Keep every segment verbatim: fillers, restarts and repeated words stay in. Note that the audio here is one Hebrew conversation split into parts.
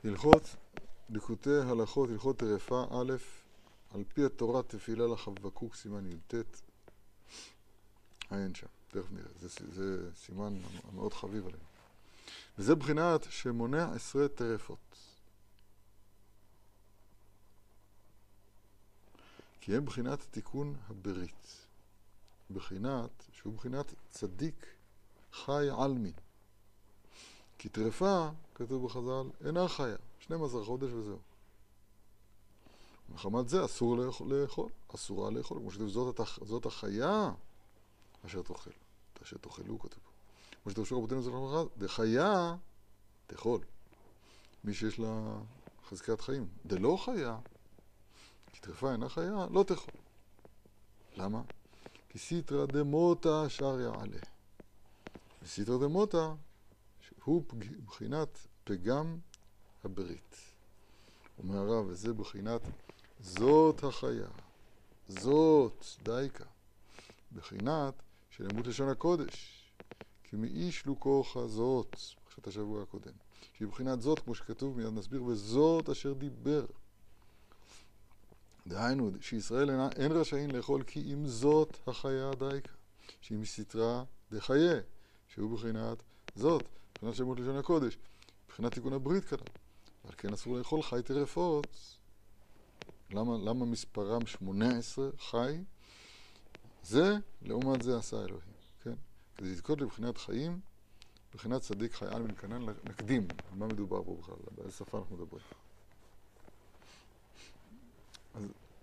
הלכות, ליקוטי הלכות, הלכות טרפה א', על פי התורה תפילה לחבקוק סימן י"ט, אין שם, תכף נראה, זה, זה סימן מאוד חביב עלינו. וזה בחינת שמונה עשרה טרפות. כי הם בחינת תיקון הברית. בחינת, שהוא בחינת צדיק חי עלמין. כי טרפה, כתוב בחז"ל, אינה חיה, שנים עשר חודש וזהו. מחמת זה אסור לאכול, אסורה לאכול, כמו שכתוב, זאת, זאת החיה אשר תאכל. אשר תאכלו, כתוב. כמו שכתוב שרבותינו זה לא אחד, דחיה תאכול. מי שיש לה חזקת חיים. דלא חיה, כי טרפה אינה חיה, לא תאכול. למה? כי סיטרא דמותא שריה עליה. וסיטרא דמותא הוא בחינת פגם הברית. אומר הרב, וזה בחינת זאת החיה, זאת דייקה, בחינת של אמות לשון הקודש, כי מאיש לוקוחה זאת, פרשת השבוע הקודם, שהיא בחינת זאת, כמו שכתוב, מיד נסביר, וזאת אשר דיבר. דהיינו, שישראל אין, אין רשאים לאכול כי אם זאת החיה דייקה, שהיא מסתרה דחיה, שהוא בחינת זאת, בחינת של אמות לשון הקודש, בחינת תיקון הברית כלל. אבל כן אסור לאכול חי טרפות. למה, למה מספרם שמונה עשרה חי? זה, לעומת זה עשה אלוהים, כן? כדי לזכות לבחינת חיים, בחינת צדיק חי עלמין כנען, נקדים, על מה מדובר פה בכלל, באיזה שפה אנחנו מדברים. אז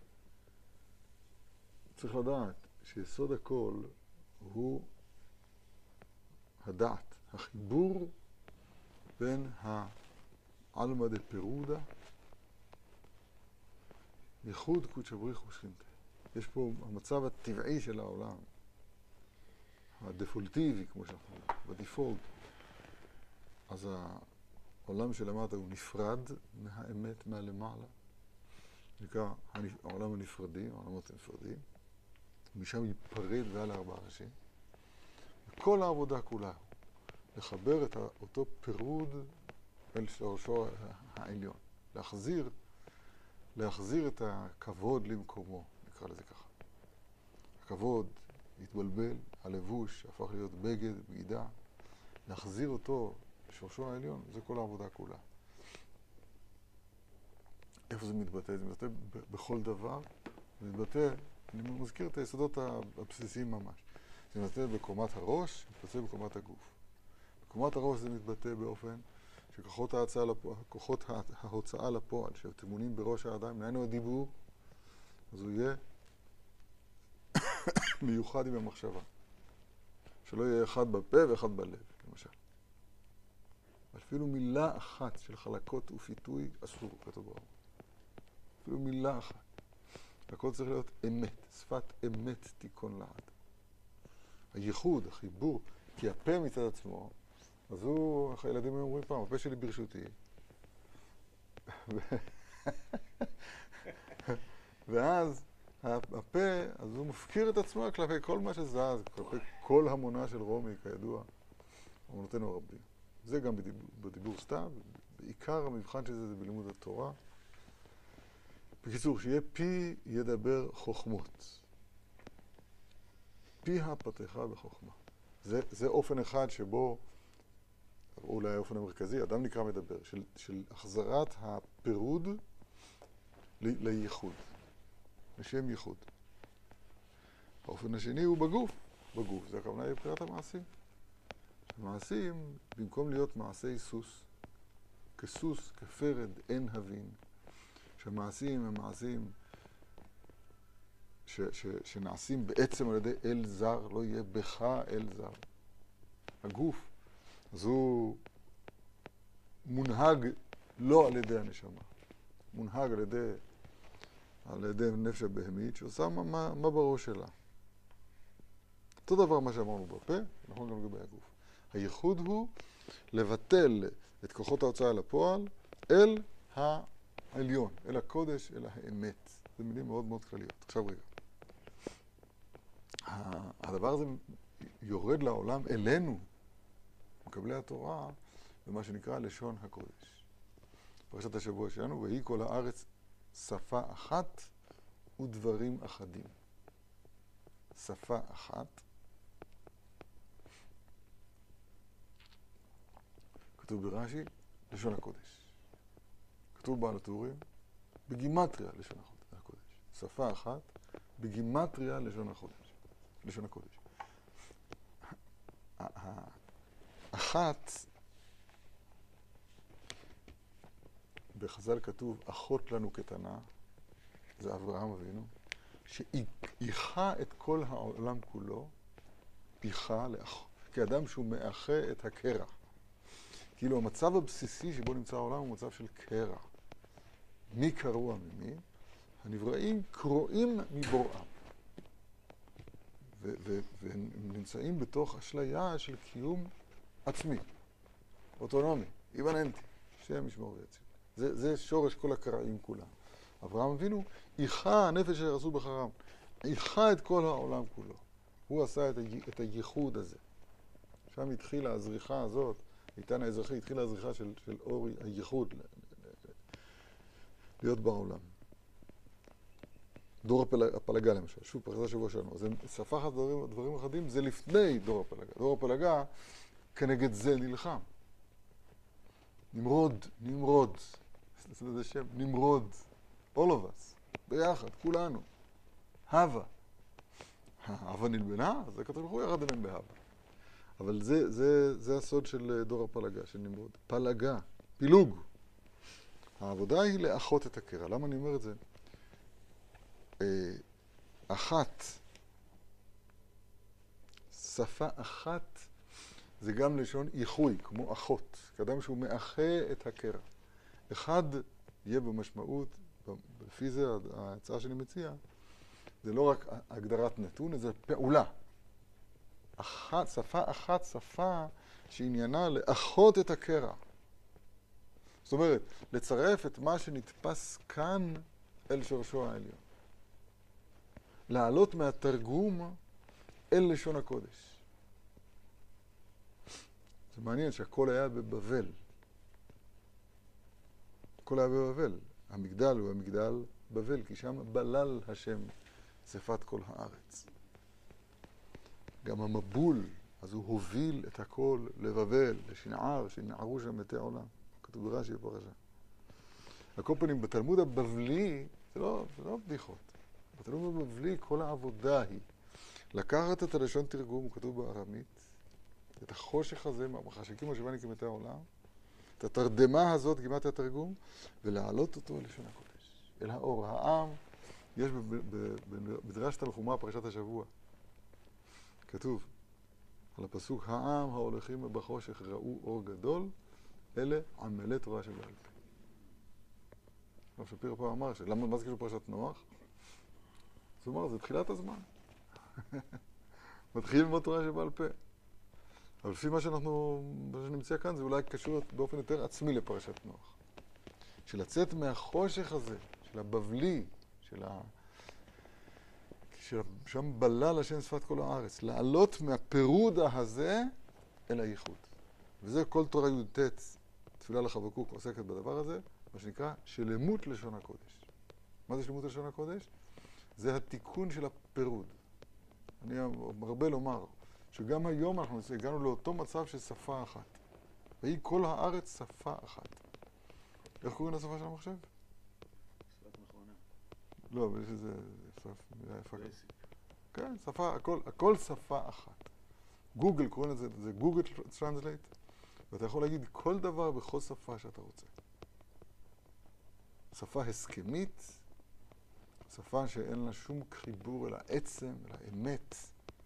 צריך לדעת שיסוד הכל הוא הדעת, החיבור בין העלמא דפירודה, ייחוד קודשא בריך ושכינתה. יש פה המצב הטבעי של העולם, הדפולטיבי, כמו שאנחנו אומרים, בדיפולט. אז העולם שלמטה הוא נפרד מהאמת מהלמעלה. נקרא העולם הנפרדי, העולמות הנפרדים. משם ייפרד ועל ארבעה ראשים. וכל העבודה כולה הוא לחבר את אותו פירוד אל שורשו העליון. להחזיר, להחזיר את הכבוד למקומו, נקרא לזה ככה. הכבוד התבלבל, הלבוש הפך להיות בגד, בגידה. להחזיר אותו לשורשו העליון, זה כל העבודה כולה. איפה זה מתבטא? זה מתבטא בכל דבר. זה מתבטא, אני מזכיר את היסודות הבסיסיים ממש. זה מתבטא בקומת הראש, מתבטא בקומת הגוף. בקומת הראש זה מתבטא באופן שכוחות ההוצאה לפועל, כוחות ההוצאה לפועל, שטמונים בראש האדם, נהיינו הדיבור, אז הוא יהיה מיוחד עם המחשבה. שלא יהיה אחד בפה ואחד בלב, למשל. אפילו מילה אחת של חלקות ופיתוי אסור, כתוב ברור. אפילו מילה אחת. הכל צריך להיות אמת, שפת אמת תיכון לעד. הייחוד, החיבור, כי הפה מצד עצמו, אז הוא, איך הילדים אומרים פעם, הפה שלי ברשותי. ואז הפה, אז הוא מפקיר את עצמו כלפי כל מה שזז, כלפי כל המונה של רומי, כידוע, אמונותינו הרבים. זה גם בדיבור, בדיבור סתם, בעיקר המבחן של זה זה בלימוד התורה. בקיצור, שיהיה פי ידבר חוכמות. פי הפתחה בחוכמה. זה, זה אופן אחד שבו, אולי האופן המרכזי, אדם נקרא מדבר, של, של החזרת הפירוד ל, לייחוד, לשם ייחוד. האופן השני הוא בגוף. בגוף, זה הכוונה לבחירת המעשים. המעשים, במקום להיות מעשי סוס, כסוס, כפרד, אין הבין, שהמעשים הם מעשים ש, ש, שנעשים בעצם על ידי אל זר, לא יהיה בך אל זר. הגוף, אז הוא מונהג לא על ידי הנשמה, מונהג על ידי, על ידי נפש הבהמית, שעושה מה, מה, מה בראש שלה. אותו דבר מה שאמרנו בפה, נכון גם לגבי הגוף. הייחוד הוא לבטל את כוחות ההוצאה לפועל אל העליון, אל הקודש, אל האמת. זה מילים מאוד מאוד כלליות. עכשיו רגע. הדבר הזה יורד לעולם אלינו, מקבלי התורה, במה שנקרא לשון הקודש. פרשת השבוע שלנו, והיא כל הארץ שפה אחת ודברים אחדים. שפה אחת. כתוב ברש"י, לשון הקודש. כתוב בעל הטורים, בגימטריה לשון הקודש. שפה אחת, בגימטריה לשון הקודש. לשון הקודש. אחת, בחז"ל כתוב, אחות לנו קטנה, זה אברהם אבינו, שאיחה את כל העולם כולו, איחה לאח, כאדם שהוא מאחה את הקרע. כאילו המצב הבסיסי שבו נמצא העולם הוא מצב של קרע. מי קרוע ממי? הנבראים קרועים מבוראם. והם נמצאים בתוך אשליה של קיום עצמי, אוטונומי, אימננטי, שם ישמור ויציל. זה, זה שורש כל הקרעים כולם. אברהם אבינו איחה הנפש אשר עשו בחרם, איחה את כל העולם כולו. הוא עשה את, ה, את הייחוד הזה. שם התחילה הזריחה הזאת, איתן האזרחי, התחילה הזריחה של, של אור הייחוד, להיות בעולם. דור הפלג, הפלגה למשל, שוב פרשת השבוע שלנו, אז שפה אחת דברים, דברים אחדים, זה לפני דור הפלגה. דור הפלגה כנגד זה נלחם. נמרוד, נמרוד, זה שם, נמרוד, all of us, ביחד, כולנו. הווה. הווה נלבנה, זה כתוב לכו ירד עליהם בהווה. אבל זה, זה, זה הסוד של דור הפלגה, של נמרוד. פלגה, פילוג. העבודה היא לאחות את הקרע. למה אני אומר את זה? אחת, שפה אחת, זה גם לשון איחוי, כמו אחות, כאדם שהוא מאחה את הקרע. אחד יהיה במשמעות, לפי זה ההצעה שאני מציע, זה לא רק הגדרת נתון, זה פעולה. אחת, שפה אחת, שפה שעניינה לאחות את הקרע. זאת אומרת, לצרף את מה שנתפס כאן אל שורשו העליון. לעלות מהתרגום אל לשון הקודש. זה מעניין שהכל היה בבבל. הכל היה בבבל. המגדל הוא המגדל בבל, כי שם בלל השם שפת כל הארץ. גם המבול, אז הוא הוביל את הכל לבבל, לשנער, שנערו שם מתי העולם. כתוב ברש"י בפרשה. על כל פנים, בתלמוד הבבלי, זה לא, זה לא בדיחות. בתלמוד הבבלי כל העבודה היא לקחת את הלשון תרגום, הוא כתוב בארמית, את החושך הזה, מהחשקים השבני כמתי העולם, את התרדמה הזאת, כמעט התרגום, ולהעלות אותו אל לשון הקודש, אל האור. העם, יש בדרש תנחומא, פרשת השבוע, כתוב על הפסוק, העם ההולכים בחושך ראו אור גדול, אלה עמלי תורה שבעל פה. רב שפירא פעם אמר, למה, מה זה קשור פרשת נוח? זאת אומרת, זה תחילת הזמן. מתחיל ללמוד תורה שבעל פה. אבל לפי מה שאנחנו, מה שנמצא כאן, זה אולי קשור באופן יותר עצמי לפרשת נוח. של לצאת מהחושך הזה, של הבבלי, של ה... שם בלל השם שפת כל הארץ, לעלות מהפירוד הזה אל הייחוד. וזה כל תורה י"ט, תפילה לחבקוק, עוסקת בדבר הזה, מה שנקרא שלמות לשון הקודש. מה זה שלמות לשון הקודש? זה התיקון של הפירוד. אני מרבה לומר שגם היום אנחנו הגענו לאותו מצב של שפה אחת. והיא כל הארץ שפה אחת. איך קוראים לשפה של המחשב? שפת מכונה. לא, אבל יש איזה מילה יפה כזאת. כן, שפה, הכל, הכל שפה אחת. גוגל קוראים לזה, זה גוגל טרנסלייט, ואתה יכול להגיד כל דבר בכל שפה שאתה רוצה. שפה הסכמית, שפה שאין לה שום חיבור אל העצם, אל האמת.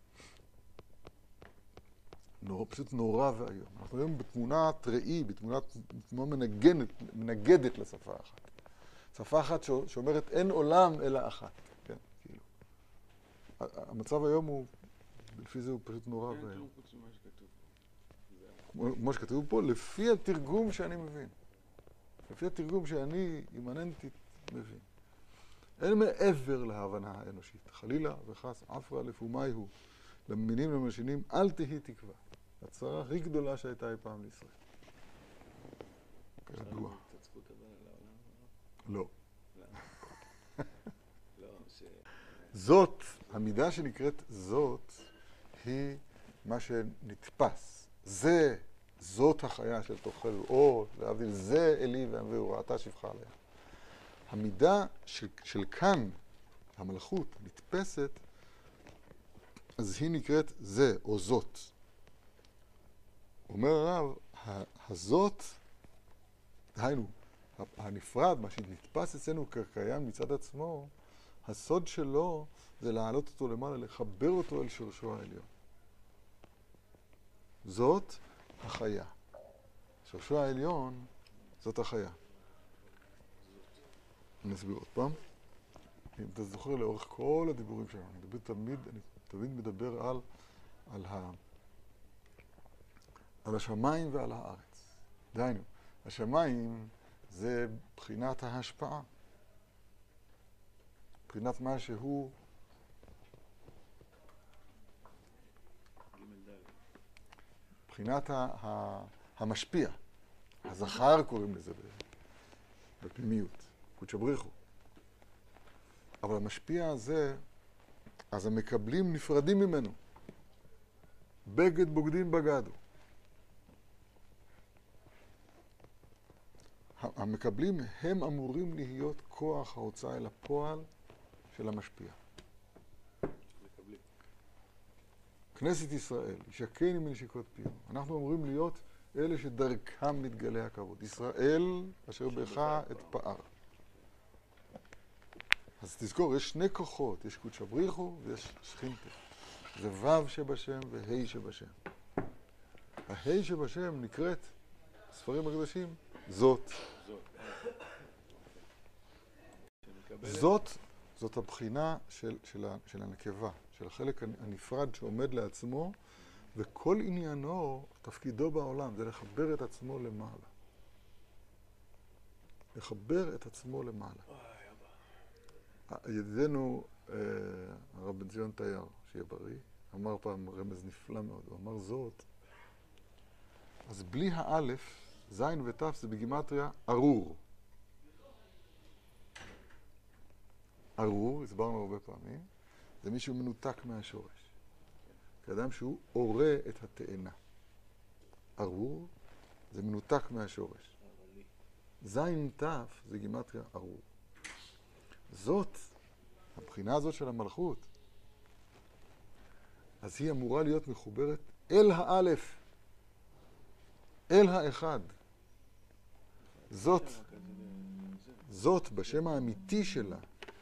נור, פשוט נורא והיום. אנחנו היום בתמונת ראי, בתמונת תמונה מנגנת, מנגדת לשפה אחת. שפה אחת שאומרת אין עולם אלא אחת. כן, כאילו. המצב היום הוא, לפי זה הוא פשוט נורא והיום. אין כלום חוץ ממה שכתוב פה. מה שכתוב פה, לפי התרגום שאני מבין. לפי התרגום שאני אימננטית מבין. אין מעבר להבנה האנושית. חלילה וחס, עפרא לפומי הוא. למינים למשינים, אל תהי תקווה. הצרה הכי גדולה שהייתה אי פעם לישראל. כידוע. לעולם? לא. לא, ש... זאת, המידה שנקראת זאת, היא מה שנתפס. זה, זאת החיה של תאכל, או להבדיל, זה אלי ואנביאו, ראתה שפחה עליה. המידה של, של כאן, המלכות, נתפסת, אז היא נקראת זה, או זאת. אומר הרב, הזאת, דהיינו, הנפרד, מה שנתפס אצלנו כקיים מצד עצמו, הסוד שלו זה להעלות אותו למעלה, לחבר אותו אל שורשו העליון. זאת החיה. שורשו העליון, זאת החיה. אני אסביר עוד פעם. אם אתה זוכר לאורך כל הדיבורים שלנו, אני מדבר תמיד, אני תמיד מדבר על, על, ה, על השמיים ועל הארץ. דהיינו, השמיים זה בחינת ההשפעה. מבחינת מה שהוא מבחינת ה- ה- המשפיע. הזכר קוראים לזה בפנימיות, קודש בריחו. אבל המשפיע הזה, אז המקבלים נפרדים ממנו. בגד בוגדים בגדו. המקבלים הם אמורים להיות כוח ההוצאה אל הפועל של המשפיע. מקבלים. כנסת ישראל, ישקני מנשיקות פיו. אנחנו אמורים להיות אלה שדרכם מתגלה הכבוד. ישראל אשר בך את פאר. אז תזכור, יש שני כוחות, יש קודש בריחו ויש שכינתה. זה וו שבשם והי שבשם. ההי שבשם נקראת, ספרים הקדושים, זאת. זאת. זאת, זאת הבחינה של, של, של הנקבה, של החלק הנפרד שעומד לעצמו, וכל עניינו, תפקידו בעולם, זה לחבר את עצמו למעלה. לחבר את עצמו למעלה. ידידנו, הרב בן ציון תייר, שיהיה בריא, אמר פעם רמז נפלא מאוד, הוא אמר זאת, אז בלי האלף, זין ותף זה בגימטריה ארור. ארור, הסברנו הרבה פעמים, זה מישהו מנותק מהשורש. כאדם שהוא עורה את התאנה. ארור זה מנותק מהשורש. זין תף זה גימטריה ארור. זאת, הבחינה הזאת של המלכות, אז היא אמורה להיות מחוברת אל האלף, אל האחד. זאת, זאת בשם האמיתי שלה.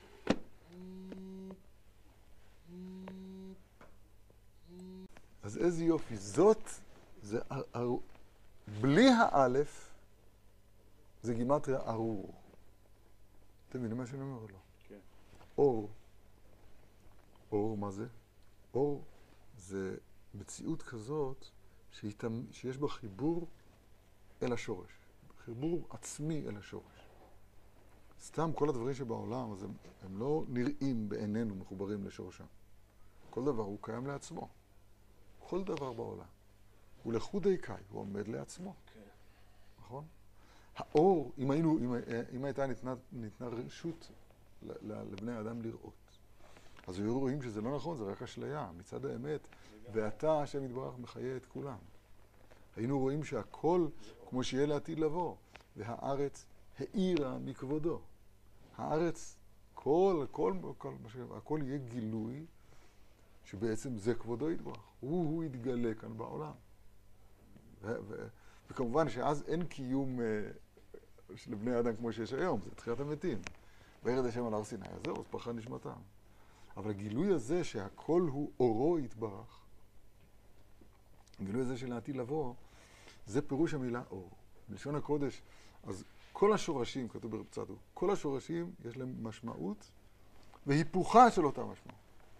אז איזה יופי, זאת, זה, בלי האלף, זה גימטריה ארור. אתם מבינים מה שאני אומר או לא? כן. אור, אור, מה זה? אור זה מציאות כזאת שיש בה חיבור אל השורש. חיבור עצמי אל השורש. סתם כל הדברים שבעולם, אז הם, הם לא נראים בעינינו מחוברים לשורשם. כל דבר הוא קיים לעצמו. כל דבר בעולם. הוא לחודי קאי, הוא עומד לעצמו. כן. נכון? האור, אם, היינו, אם, אם הייתה ניתנה, ניתנה רשות לבני האדם לראות, אז היו רואים שזה לא נכון, זה רק אשליה, מצד האמת, ואתה, השם יתברך, מחיה את כולם. היינו רואים שהכל כמו שיהיה לעתיד לבוא, והארץ האירה מכבודו. הארץ, כל, כל, כל, הכל יהיה גילוי, שבעצם זה כבודו יתברך. הוא, הוא יתגלה כאן בעולם. ו, ו, וכמובן שאז אין קיום uh, של בני האדם כמו שיש היום, זה תחיית המתים. וירד השם על הר סיני, אז זהו, אז פרחה נשמתם. אבל הגילוי הזה שהכל הוא אורו יתברך, הגילוי הזה של העתיד לבוא, זה פירוש המילה אור. בלשון הקודש, אז כל השורשים, כתוב ברב צדוק, כל השורשים יש להם משמעות והיפוכה של אותה משמעות.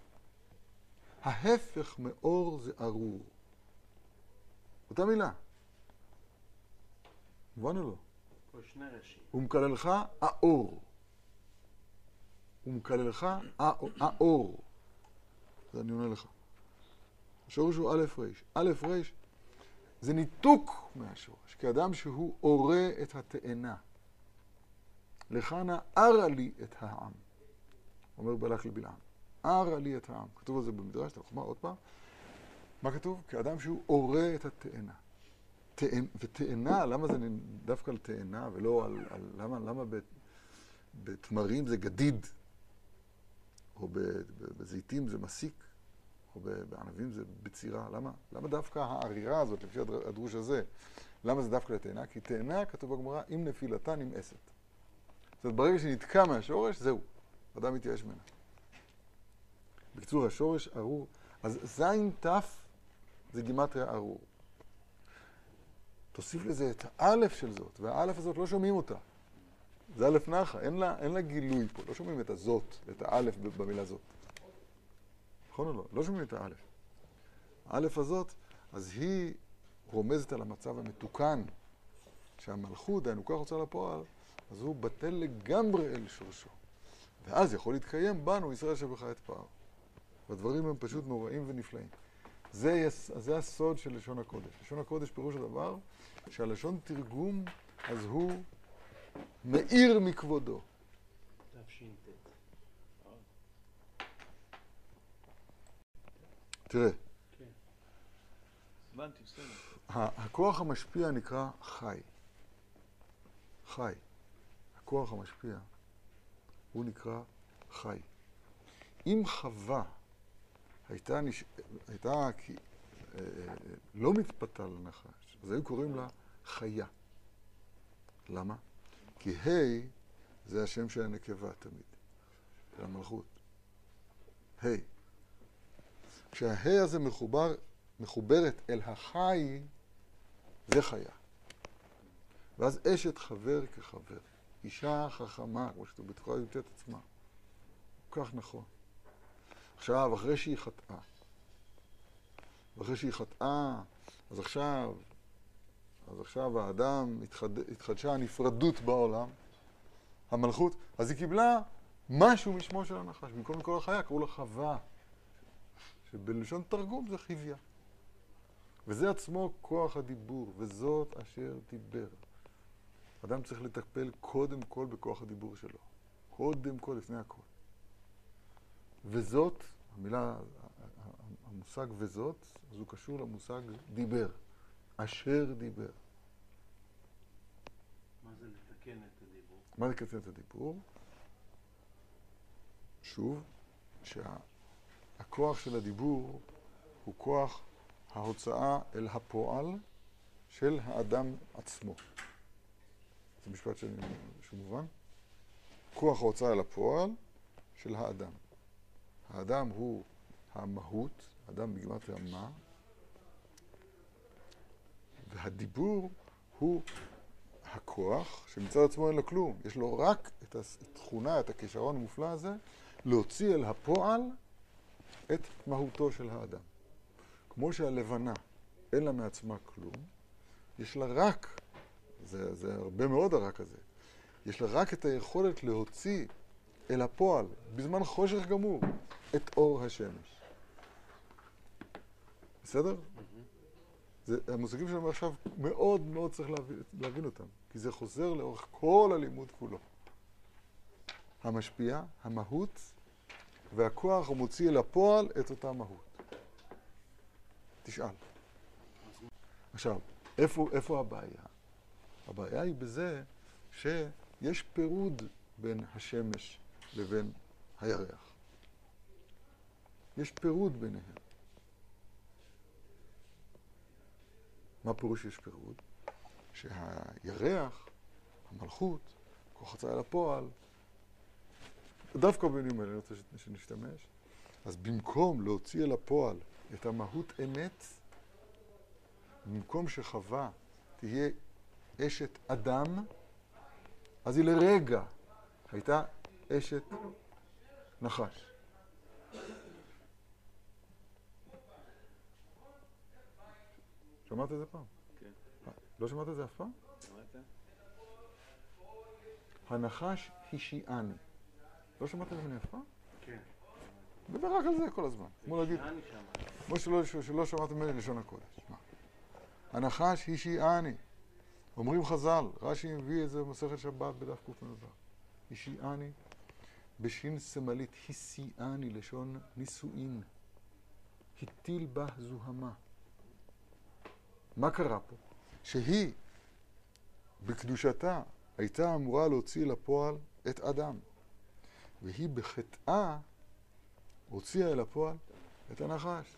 ההפך מאור זה ארור. אותה מילה. מובן או לא? פה שני ראשים. הוא מקללך האור. הוא מקללך האור. זה אני עונה לך. השורש הוא א' ר'. א' ר' זה ניתוק מהשורש, כאדם שהוא עורה את התאנה. לך נא ארה לי את העם. אומר בלק לבלעם, ארה לי את העם. כתוב על זה במדרש, תחומה עוד פעם. מה כתוב? כאדם שהוא עורה את התאנה. תאנ... ותאנה, למה זה דווקא על תאנה ולא על... על... למה, למה בתמרים זה גדיד, או בזיתים זה מסיק, או בענבים זה בצירה? למה? למה דווקא הערירה הזאת, לפי הדרוש הזה, למה זה דווקא לתאנה? כי תאנה, כתוב בגמרא, עם נפילתה נמאסת. זאת אומרת, ברגע שנתקע מהשורש, זהו, אדם מתייאש ממנה. בקיצור, השורש ארור, אז זין תף זה גימטריה ארור. תוסיף לזה את האלף של זאת, והאלף הזאת לא שומעים אותה. זה אלף נחה, אין לה, אין לה גילוי פה, לא שומעים את הזאת, את האלף במילה זאת. נכון או לא? לא שומעים את האלף. האלף הזאת, אז היא רומזת על המצב המתוקן, שהמלכות, דהיינו כוח הוצאה לפועל, אז הוא בטל לגמרי אל שורשו. ואז יכול להתקיים בנו ישראל שבך את פאר. והדברים הם פשוט נוראים ונפלאים. זה, זה הסוד של לשון הקודש. לשון הקודש פירוש הדבר שהלשון תרגום, אז הוא מאיר מכבודו. תש"ט. תראה. כן. הבנתי, בסדר. הכוח המשפיע נקרא חי. חי. הכוח המשפיע הוא נקרא חי. אם חווה הייתה, נש... הייתה כי... אה, לא מתפתה לנחש, אז היו קוראים לה חיה. למה? כי ה' זה השם של הנקבה תמיד, של המלכות. ה'. כשהה' הזה מחובר, מחוברת אל החי, זה חיה. ואז אשת חבר כחבר. אישה חכמה, כמו שכתוב בתורה י"ט עצמה. כך נכון. עכשיו, אחרי שהיא חטאה, ואחרי שהיא חטאה, אז עכשיו, אז עכשיו האדם התחד... התחדשה הנפרדות בעולם, המלכות, אז היא קיבלה משהו משמו של הנחש. במקום כל החיה קראו לה חווה, שבלשון תרגום זה חיוויה. וזה עצמו כוח הדיבור, וזאת אשר דיבר. אדם צריך לטפל קודם כל בכוח הדיבור שלו. קודם כל, לפני הכל. וזאת, המילה, המושג וזאת, אז הוא קשור למושג דיבר. אשר דיבר. מה זה לתקן את הדיבור? מה זה לתקן את הדיבור? שוב, שהכוח של הדיבור הוא כוח ההוצאה אל הפועל של האדם עצמו. זה משפט שהוא מובן. כוח ההוצאה אל הפועל של האדם. האדם הוא המהות, האדם בגימטריה מה, והדיבור הוא הכוח שמצד עצמו אין לו כלום. יש לו רק את התכונה, את הכישרון המופלא הזה, להוציא אל הפועל את מהותו של האדם. כמו שהלבנה אין לה מעצמה כלום, יש לה רק, זה, זה הרבה מאוד הרק הזה, יש לה רק את היכולת להוציא אל הפועל, בזמן חושך גמור, את אור השמש. בסדר? זה, המושגים שלנו עכשיו מאוד מאוד צריך להבין, להבין אותם, כי זה חוזר לאורך כל הלימוד כולו. המשפיע, המהות, והכוח המוציא אל הפועל את אותה מהות. תשאל. עכשיו, איפה, איפה הבעיה? הבעיה היא בזה שיש פירוד בין השמש לבין הירח. יש פירוד ביניהם. מה פירוש שיש פירוד? שהירח, המלכות, כוח הוצאה אל הפועל, דווקא בימים האלה אני רוצה שנשתמש, אז במקום להוציא אל הפועל את המהות אמת, במקום שחווה תהיה אשת אדם, אז היא לרגע הייתה אשת נחש. שמעת את זה פעם? כן. לא שמעת את זה אף פעם? שמעת? הנחש הישיעני. לא שמעת את זה ממני אף פעם? כן. דבר רק על זה כל הזמן. כמו להגיד, אני שמעתי. כמו שלא, שלא שמעת ממני לשון הקודש. מה? הנחש הישיעני. אומרים חז"ל, רש"י מביא את זה במסכת שבת בדף קמ"ו. השיעני, בשין סמלית, הסיעני, לשון נישואין. הטיל בה זוהמה. מה קרה פה? שהיא, בקדושתה, הייתה אמורה להוציא לפועל את אדם. והיא בחטאה הוציאה אל הפועל את הנחש.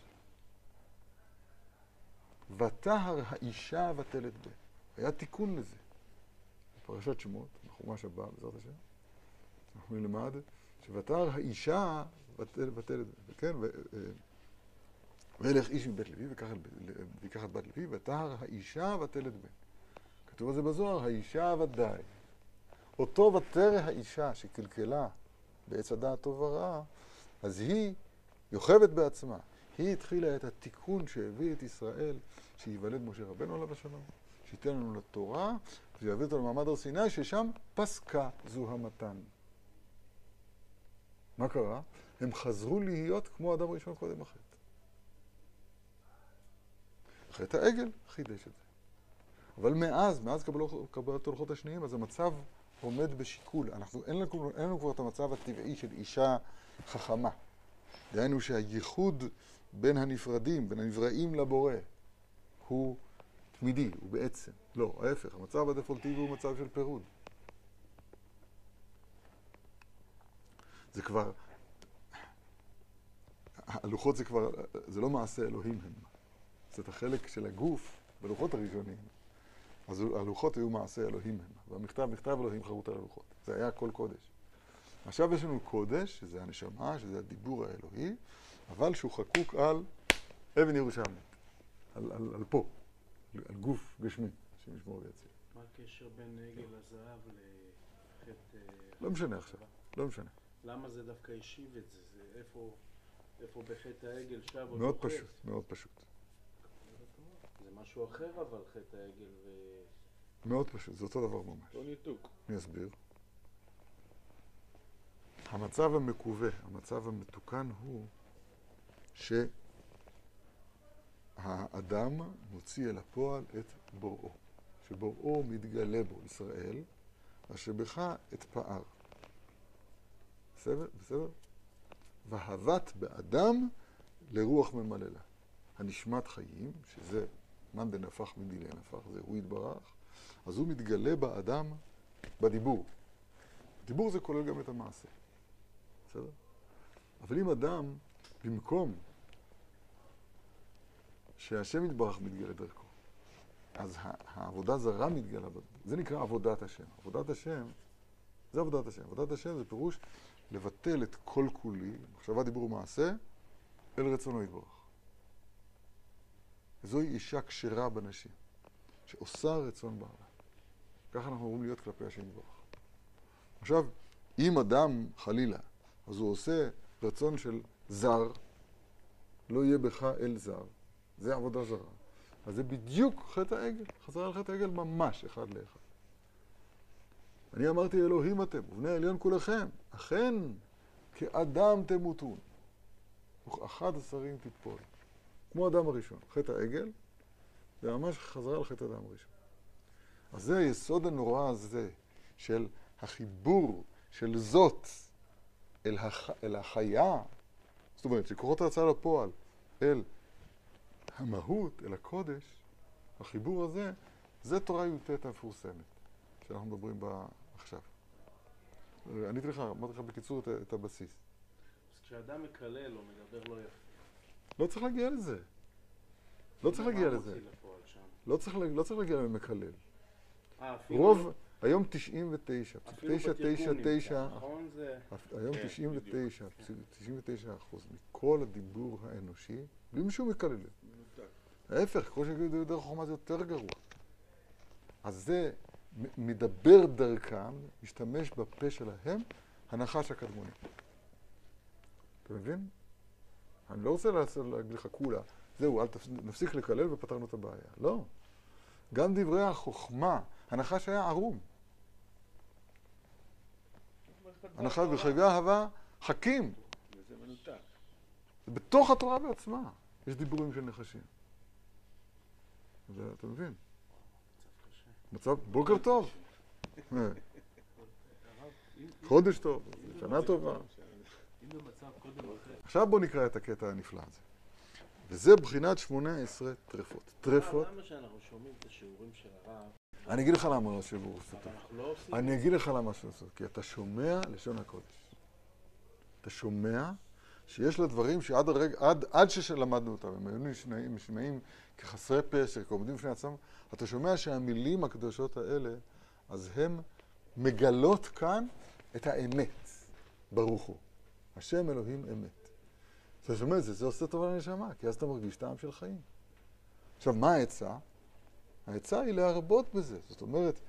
ותהר האישה ותלת בה. היה תיקון לזה. בפרשת שמות, בחומש הבא, בעזרת השם, אנחנו נלמד שוותהר האישה ותלת בה. כן, ו... וילך איש מבית לוי ויקח את בת לוי, ותהר האישה ותלת בה. כתוב על זה בזוהר, האישה ודאי. אותו ותרא האישה שקלקלה בעץ הדעת טוב ורע, אז היא יוכבת בעצמה. היא התחילה את התיקון שהביא את ישראל, שיוולד משה רבנו עליו השלום, שייתן לנו לתורה, ויביא אותו למעמד הר סיני, ששם פסקה זוהמתן. מה קרה? הם חזרו להיות כמו אדם ראשון קודם החטא. חטא העגל חידש את זה. אבל מאז, מאז קבלת הלכות השניים, אז המצב עומד בשיקול. אנחנו, אין לנו, אין לנו כבר את המצב הטבעי של אישה חכמה. דהיינו שהייחוד בין הנפרדים, בין הנבראים לבורא, הוא תמידי, הוא בעצם. לא, ההפך, המצב הדפולטיבי הוא מצב של פירוד. זה כבר, הלוחות זה כבר, זה לא מעשה אלוהים הם. זה החלק של הגוף בלוחות הראשונים. אז הלוחות היו מעשה אלוהים הם. והמכתב, מכתב אלוהים חרוט על הלוחות. זה היה כל קודש. עכשיו יש לנו קודש, שזה הנשמה, שזה הדיבור האלוהי, אבל שהוא חקוק על אבן ירושלמית. על, על, על פה. על גוף גשמי, שמשמור ויציל. מה הקשר בין עגל הזהב לחטא... לא משנה עכשיו. לא משנה. למה זה דווקא השיב את זה? זה איפה, איפה בחטא העגל שב או מאוד פשוט, מאוד פשוט. זה משהו אחר אבל חטא העגל ו... מאוד פשוט, זה אותו דבר ממש. לא ניתוק. אני אסביר. המצב המקווה, המצב המתוקן הוא שהאדם מוציא אל הפועל את בוראו. שבוראו מתגלה בו, ישראל, אשר בך את פער. בסדר? בסדר? והבת באדם לרוח ממללה. הנשמת חיים, שזה מאן דנפח מדילי נפח, זה הוא יתברך, אז הוא מתגלה באדם בדיבור. דיבור זה כולל גם את המעשה. בסדר? אבל אם אדם, במקום שהשם יתברך מתגלה דרכו, אז העבודה זרה מתגלה בדיבור. זה נקרא עבודת השם. עבודת השם, זה עבודת השם. עבודת השם זה פירוש לבטל את כל כולי, מחשבה, דיבור ומעשה, אל רצונו יתברך. זוהי אישה כשרה בנשים, שעושה רצון בעלה. ככה אנחנו אמורים להיות כלפי השם יתברך. עכשיו, אם אדם חלילה, אז הוא עושה רצון של זר, לא יהיה בך אל זר. זה עבודה זרה. אז זה בדיוק חטא העגל. חזרה על חטא העגל ממש אחד לאחד. אני אמרתי אלוהים אתם, ובני העליון כולכם, אכן כאדם תמותון. וכאחד השרים תיפול. כמו אדם הראשון. חטא העגל, זה ממש חזרה על חטא אדם הראשון. אז זה היסוד הנורא הזה של החיבור של זאת אל, הח... אל החיה, זאת אומרת, שכוחות ההצעה לפועל אל המהות, אל הקודש, החיבור הזה, זה תורה י"ט המפורסמת, שאנחנו מדברים בה עכשיו. עניתי לך, אמרתי לך בקיצור את, את הבסיס. אז כשאדם מקלל או מדבר לא יפה. לא צריך להגיע לזה. לא צריך להגיע לזה. לא צריך, לא צריך להגיע למקלל. רוב, היום תשעים ותשע, תשע, תשע, תשע, היום תשעים ותשע, תשעים ותשע אחוז מכל הדיבור האנושי, בלי משהו מקלל. ההפך, כל שגידו דרך חוכמה זה יותר גרוע. אז זה מדבר דרכם, משתמש בפה שלהם, הנחש הקדמוני. אתה מבין? אני לא רוצה להגיד לך כולה, זהו, אל נפסיק לקלל ופתרנו את הבעיה. לא. גם דברי החוכמה, הנחש היה ערום. הנחש בחגה הווה חכים. וזה מנותק. בתוך התורה בעצמה יש דיבורים של נחשים. אתה מבין? מצב, בוקר טוב. חודש טוב, שנה טובה. אם במצב קודם אחרי. עכשיו בואו נקרא את הקטע הנפלא הזה. וזה בחינת שמונה עשרה טרפות. טרפות. למה שאנחנו שומעים את השיעורים של הרב? אני אגיד לך למה השיעור עושה טוב. אנחנו לא עושים. אני אגיד לך למה שהוא עושה. כי אתה שומע לשון הקודש. אתה שומע שיש לדברים שעד הרגע, עד, עד שלמדנו אותם, הם היו נשמעים, נשמעים כחסרי פשר, כעומדים בפני עצמם, אתה שומע שהמילים הקדושות האלה, אז הם מגלות כאן את האמת, ברוך הוא. השם אלוהים אמת. אתה שומע את זה, זה עושה טוב לנשמה, כי אז אתה מרגיש טעם של חיים. עכשיו, מה העצה? העצה היא להרבות בזה. זאת אומרת,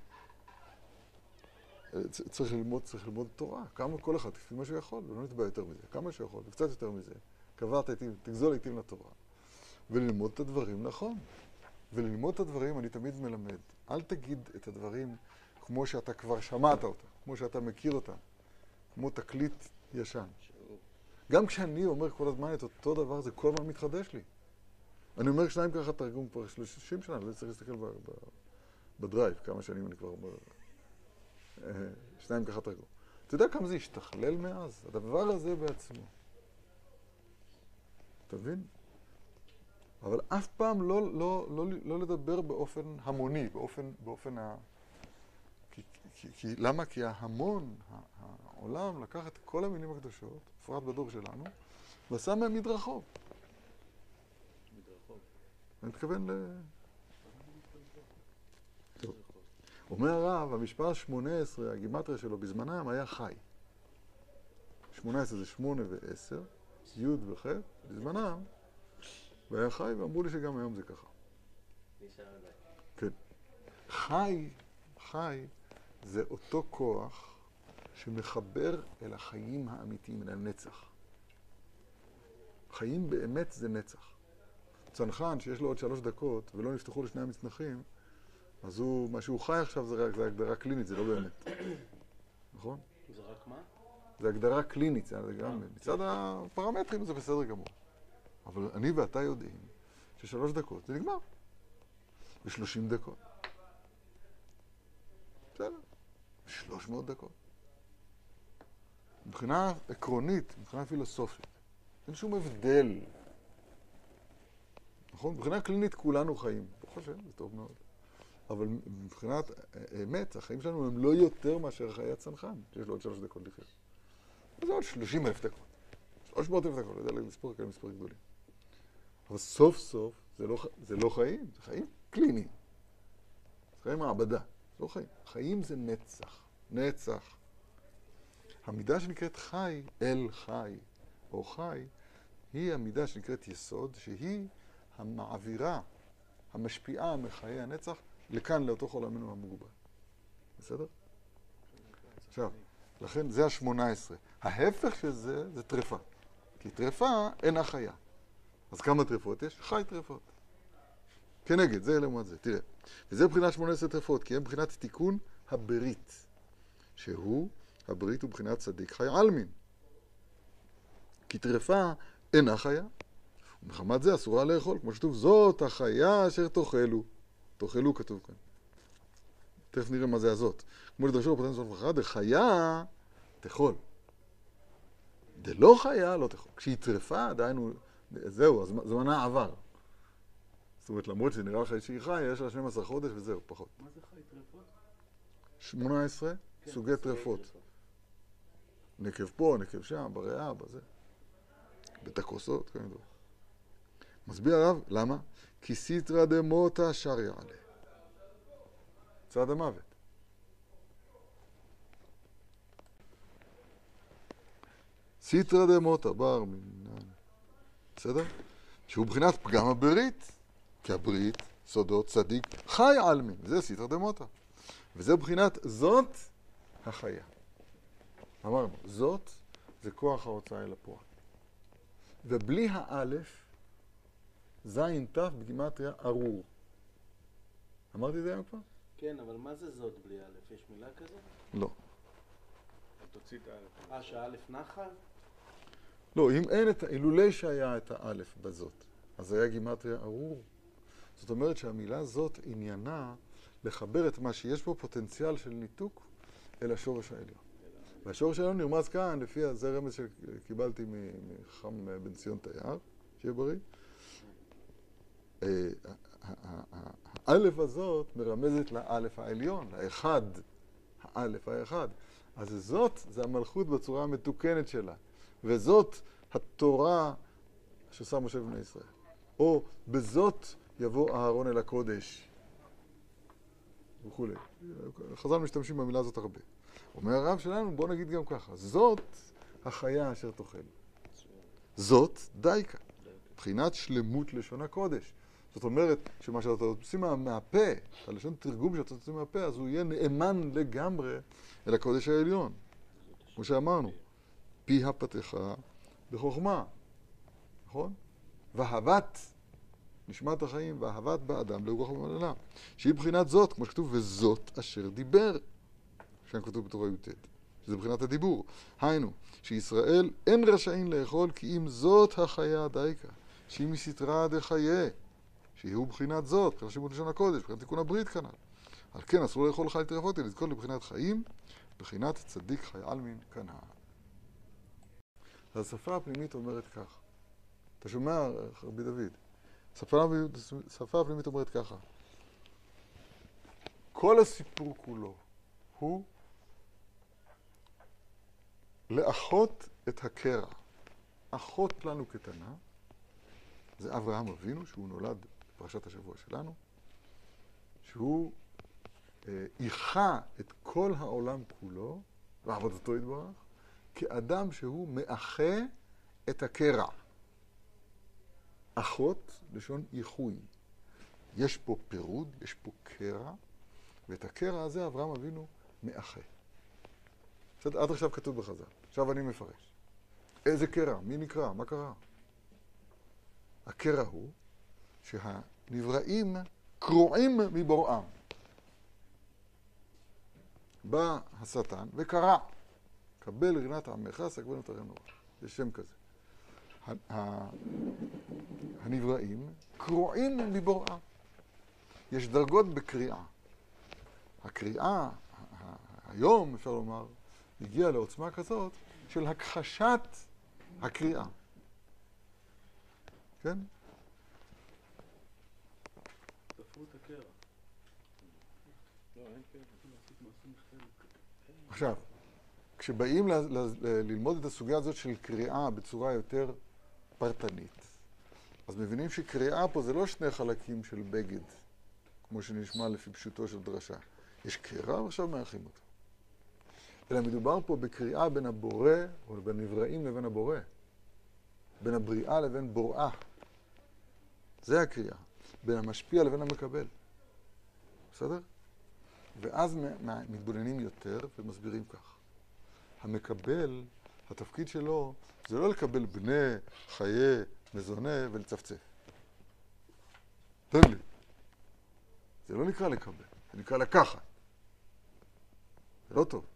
צריך ללמוד, צריך ללמוד תורה. כמה כל אחד, לפי מה שהוא יכול, ולא נתבע יותר מזה. כמה שיכול, וקצת יותר מזה. קבעת איתי, תגזול איתי לתורה. וללמוד את הדברים נכון. וללמוד את הדברים, אני תמיד מלמד. אל תגיד את הדברים כמו שאתה כבר שמעת אותם, כמו שאתה מכיר אותם. כמו תקליט ישן. גם כשאני אומר כל הזמן את אותו דבר, זה כל הזמן מתחדש לי. אני אומר שניים ככה תרגום כבר שלושים שנה, לא צריך להסתכל ב- ב- בדרייב, כמה שנים אני כבר אומר. שניים ככה תרגום. אתה יודע כמה זה השתכלל מאז? הדבר הזה בעצמו. אתה מבין? אבל אף פעם לא, לא, לא, לא לדבר באופן המוני, באופן, באופן ה... כי, כי, כי, למה? כי ההמון, העולם לקח את כל המילים הקדושות, בפרט בדור שלנו, ועשה מהם מדרחוב. מדרחוב. אני מתכוון ל... טוב. אומר הרב, המשפט שמונה עשרה, הגימטריה שלו בזמנם היה חי. שמונה עשרה זה שמונה ועשר, י' וח', בזמנם, והיה חי, ואמרו לי שגם היום זה ככה. כן. חי, חי, זה אותו כוח שמחבר אל החיים האמיתיים, אל הנצח. חיים באמת זה נצח. צנחן שיש לו עוד שלוש דקות ולא נפתחו לשני המצנחים, אז הוא, מה שהוא חי עכשיו זה, זה הגדרה קלינית, זה לא באמת. נכון? זה רק מה? זה הגדרה קלינית, זה גם, מצד הפרמטרים זה בסדר גמור. אבל אני ואתה יודעים ששלוש דקות זה נגמר. ושלושים דקות. בסדר. שלוש מאות דקות. מבחינה עקרונית, מבחינה פילוסופית, אין שום הבדל. נכון? מבחינה קלינית כולנו חיים. ברוך השם, זה טוב מאוד. אבל מבחינת אמת, החיים שלנו הם לא יותר מאשר חיי הצנחן, שיש לו עוד שלוש דקות לחיות. זה עוד שלושים אלף דקות. שלוש מאות אלף דקות, לא יודע לספור כאלה מספרים גדולים. אבל סוף סוף זה לא, זה לא חיים, זה חיים קליניים. זה חיים מעבדה, זה לא חיים. חיים זה נצח, נצח. המידה שנקראת חי, אל חי, או חי, היא המידה שנקראת יסוד, שהיא המעבירה, המשפיעה מחיי הנצח, לכאן, לאותו עולמנו המוגבל. בסדר? עכשיו, לכן זה ה-שמונה עשרה. ההפך של זה, זה טרפה. כי טרפה אינה חיה. אז כמה טרפות יש? חי טרפות. כנגד, זה לעומת זה. תראה, וזה מבחינת שמונה עשרה טרפות, כי הם מבחינת תיקון הברית, שהוא, הברית הוא מבחינת צדיק חי אלמין. כי טרפה אינה חיה, ומחמת זה אסורה לאכול, כמו שכתוב, זאת החיה אשר תאכלו. תאכלו כתוב כאן. תכף נראה מה זה הזאת. כמו לדרשו בפתן סוף אחד, דחיה תאכול. דלא חיה לא תאכול. כשהיא טרפה, דהיינו, זהו, זמנה עבר. זאת אומרת, למרות שנראה לך שהיא חיה, יש לה שנים עשר חודש וזהו, פחות. מה זה חי טרפות? שמונה עשרה סוגי טרפות. נקב פה, נקב שם, בריאה, בזה. בתקוסות, כן דבר. מסביר הרב, למה? כי סיטרא דמותא שר יעלה. צד המוות. סיטרא דמותא, בר מינן. בסדר? שהוא בחינת פגם הברית. כי הברית, סודות, צדיק, חי עלמין. זה סיטרא דמותא. וזה בחינת זאת החיה. אמרנו, זאת זה כוח ההוצאה אל הפועל. ובלי האלף, זין תף בגימטריה ארור. אמרתי את זה היום כבר? כן, אבל מה זה זאת בלי א'? יש מילה כזאת? לא. תוציא את האלף. אה, שהאלף נחל? לא, אם אין את, אילולי שהיה את האלף בזאת, אז היה גימטריה ארור. זאת אומרת שהמילה זאת עניינה לחבר את מה שיש בו פוטנציאל של ניתוק אל השורש העליון. והשורש שלנו נרמז כאן לפי זה רמז שקיבלתי מחכם בן ציון תייר, שיהיה בריא. האלף הזאת מרמזת לאלף העליון, לאחד, האלף האחד. אז זאת, זה המלכות בצורה המתוקנת שלה. וזאת התורה ששם משה בני ישראל. או בזאת יבוא אהרון אל הקודש. וכולי. חז"ל משתמשים במילה הזאת הרבה. אומר הרב שלנו, בוא נגיד גם ככה, זאת החיה אשר תאכל. זאת דייקה. מבחינת שלמות לשון הקודש. זאת אומרת, שמה שאתה עושים מהפה, הלשון תרגום שאתה עושים מהפה, אז הוא יהיה נאמן לגמרי אל הקודש העליון. כמו שאמרנו, פיה פתחה בחוכמה. נכון? ואהבת נשמת החיים, ואהבת באדם לרוח ובמעלה. שהיא בחינת זאת, כמו שכתוב, וזאת אשר דיבר. שם כתוב בתורה י"ט. שזה בחינת הדיבור. היינו, שישראל אין רשאים לאכול, כי אם זאת החיה דייקה. שהיא מסתרה דחיה. שיהיו בחינת זאת, בחינת שימות לשון הקודש, בחינת תיקון הברית כנ"ל. על כן אסור לאכול חי טרפות, אלא לזכור לבחינת חיים, בחינת צדיק חי עלמין כנ"ל. אז השפה הפנימית אומרת כך. אתה שומע, רבי דוד? השפה הפנימית אומרת ככה. כל הסיפור כולו הוא לאחות את הקרע. אחות לנו קטנה, זה אברהם אבינו, שהוא נולד בפרשת השבוע שלנו, שהוא אה, איחה את כל העולם כולו, ועבודתו יתברך, כאדם שהוא מאחה את הקרע. אחות, לשון איחוי. יש פה פירוד, יש פה קרע, ואת הקרע הזה אברהם אבינו מאחה. בסדר, עד עכשיו כתוב בחז"ל. עכשיו אני מפרש. איזה קרע? מי נקרא? מה קרה? הקרע הוא שהנבראים קרועים מבוראם. בא השטן וקרע. קבל רינת עמך, סגבנו את הרנוע. יש שם כזה. הנבראים קרועים מבוראם. יש דרגות בקריאה. הקריאה, היום אפשר לומר, הגיעה לעוצמה כזאת של הכחשת הקריאה. כן? תפרו את הקרע. עכשיו, כשבאים ל- ל- ל- ללמוד את הסוגיה הזאת של קריאה בצורה יותר פרטנית, אז מבינים שקריאה פה זה לא שני חלקים של בגד, כמו שנשמע לפי פשוטו של דרשה. יש קרע ועכשיו מאחים אותו. אלא מדובר פה בקריאה בין הבורא, או בין נבראים לבין הבורא. בין הבריאה לבין בוראה. זה הקריאה. בין המשפיע לבין המקבל. בסדר? ואז מתבוננים יותר ומסבירים כך. המקבל, התפקיד שלו, זה לא לקבל בני, חיי, מזונה ולצפצף. תן לי. זה לא נקרא לקבל, זה נקרא לקחת. זה לא טוב.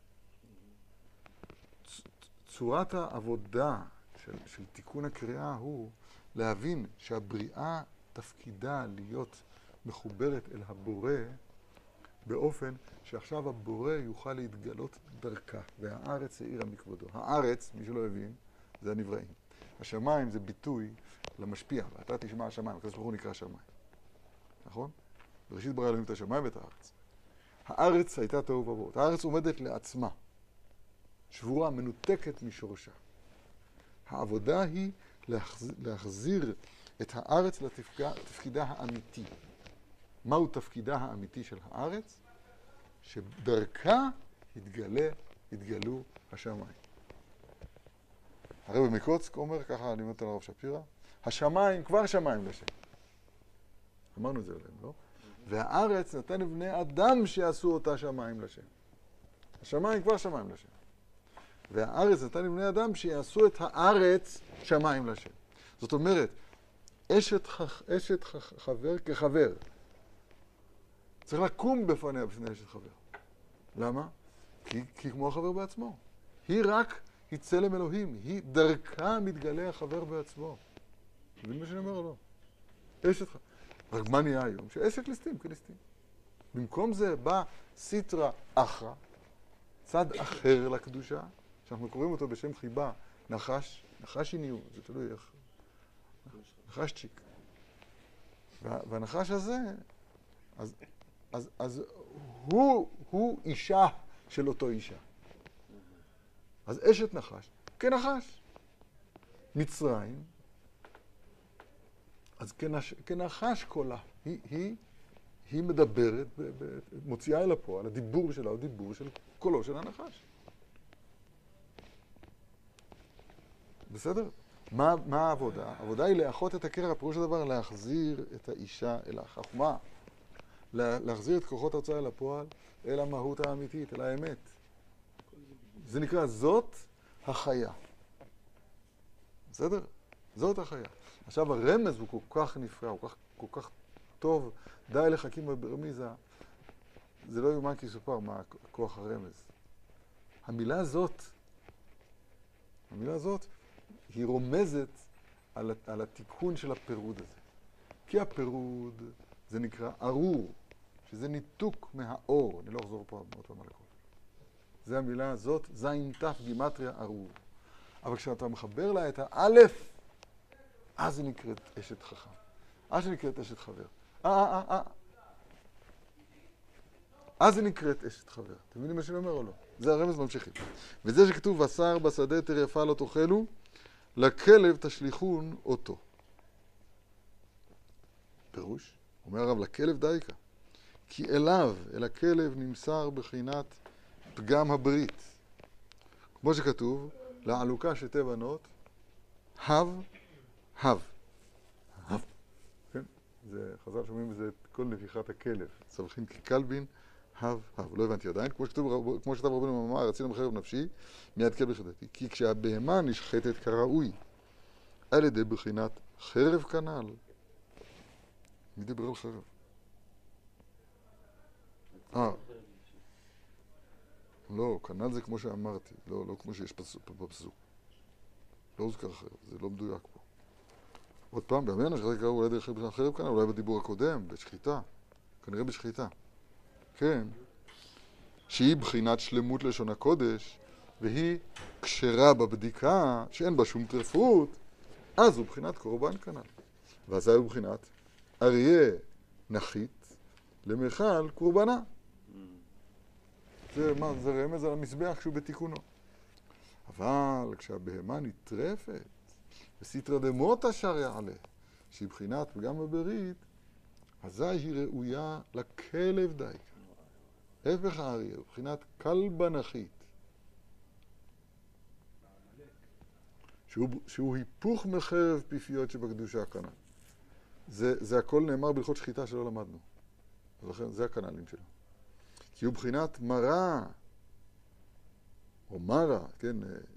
צורת העבודה של, של תיקון הקריאה הוא להבין שהבריאה תפקידה להיות מחוברת אל הבורא באופן שעכשיו הבורא יוכל להתגלות דרכה, והארץ העירה מכבודו. הארץ, מי שלא הבין, זה הנבראים. השמיים זה ביטוי למשפיע, ואתה תשמע השמיים, הקדוש ברוך הוא נקרא שמיים. נכון? בראשית ברא אלוהים את השמיים ואת הארץ. הארץ הייתה תוהו ובוהו. הארץ עומדת לעצמה, שבורה, מנותקת משורשה. העבודה היא להחזיר, להחזיר את הארץ לתפקידה האמיתי. מהו תפקידה האמיתי של הארץ? שדרכה יתגלה, יתגלו השמיים. הרב מקוצק אומר, ככה אני אומר לרב שפירא, השמיים כבר שמיים לשם. אמרנו את זה עליהם, לא? והארץ נתן לבני אדם שיעשו אותה שמיים לשם. השמיים כבר שמיים לשם. והארץ נתן לבני אדם שיעשו את הארץ שמיים לשם. זאת אומרת, אשת, ח... אשת ח... חבר כחבר. צריך לקום בפניה בפני אשת חבר. למה? כי, כי כמו החבר בעצמו. היא רק היא צלם אלוהים. היא דרכה מתגלה החבר בעצמו. מבין מה שאני אומר או לא? אשת חבר. רק מה נהיה היום? שאשת ליסטים כליסטים. במקום זה בא סיטרא אחרא, צד אחר לקדושה, שאנחנו קוראים אותו בשם חיבה, נחש, נחש עיניו, זה תלוי איך, נחש צ'יק. והנחש הזה, אז, אז, אז הוא, הוא אישה של אותו אישה. אז אשת נחש, כנחש. מצרים, אז כנש, כנחש קולה. היא, היא, היא מדברת, ב, ב, מוציאה אל הפועל, הדיבור שלה הוא דיבור של קולו של הנחש. בסדר? מה, מה העבודה? העבודה היא לאחות את הקרע, פירוש הדבר להחזיר את האישה אל החוכמה. לה, להחזיר את כוחות ההוצאה אל הפועל, אל המהות האמיתית, אל האמת. זה נקרא, זאת החיה. בסדר? זאת החיה. עכשיו הרמז הוא כל כך נפלא, הוא כל כך, כל כך טוב, די לחכים ברמיזה. זה לא יאומן כי יסופר מה כוח הרמז. המילה הזאת, המילה הזאת, היא רומזת על, על התיקון של הפירוד הזה. כי הפירוד זה נקרא ארור, שזה ניתוק מהאור. אני לא אחזור פה עוד פעם על הכל. זה המילה הזאת, זין תף גימטריה ארור. אבל כשאתה מחבר לה את האלף, אז היא נקראת אשת חכם. אז היא נקראת אשת חבר. אה, אה, אה, אה. אז היא נקראת אשת חבר. אתם מבינים מה שאני אומר או לא? זה הרמז ממשיכים. וזה שכתוב, בשר בשדה טרפה לא תאכלו, לכלב תשליכון אותו. פירוש, אומר הרב, לכלב דייקה. כי אליו, אל הכלב, נמסר בחינת פגם הברית. כמו שכתוב, לעלוקה שתי בנות, הב, הב. הב. כן? זה, חז"ל שומעים בזה את כל נביחת הכלב. סבכין ככלבין, הב, הב. לא הבנתי עדיין. כמו שכתוב, כמו שכתב רבנו מאמר, רצינו בחרב נפשי, מיד כלב יחדתי. כי כשהבהמה נשחטת כראוי, על ידי בחינת חרב כנל. מי דיבר על חרב? אה. לא, כנל זה כמו שאמרתי, לא, לא כמו שיש בפסוק. לא הוזכר חרב, זה לא מדויק פה. עוד פעם, בימינו שחטא קראו אולי דרך חרב כנל, אולי בדיבור הקודם, בשחיטה. כנראה בשחיטה. כן. שהיא בחינת שלמות לשון הקודש, והיא כשרה בבדיקה, שאין בה שום טרפות, אז הוא בחינת קורבן כנל. ואז הוא בחינת אריה נחית למחל קורבנה. זה, מה, זה רמז על המזבח כשהוא בתיקונו. אבל כשהבהמה נטרפת, וסיטרא דמותא שר יעלה, שהיא בחינת פגם הברית, אזי היא ראויה לכלב דייקה. הפך האריה, בחינת כלבה נחית. שהוא, שהוא היפוך מחרב פיפיות שבקדושה הכנל. זה, זה הכל נאמר בהלכות שחיטה שלא למדנו. ולכן זה הכנלים שלו. כי הוא בחינת מרה, או מרה, כן,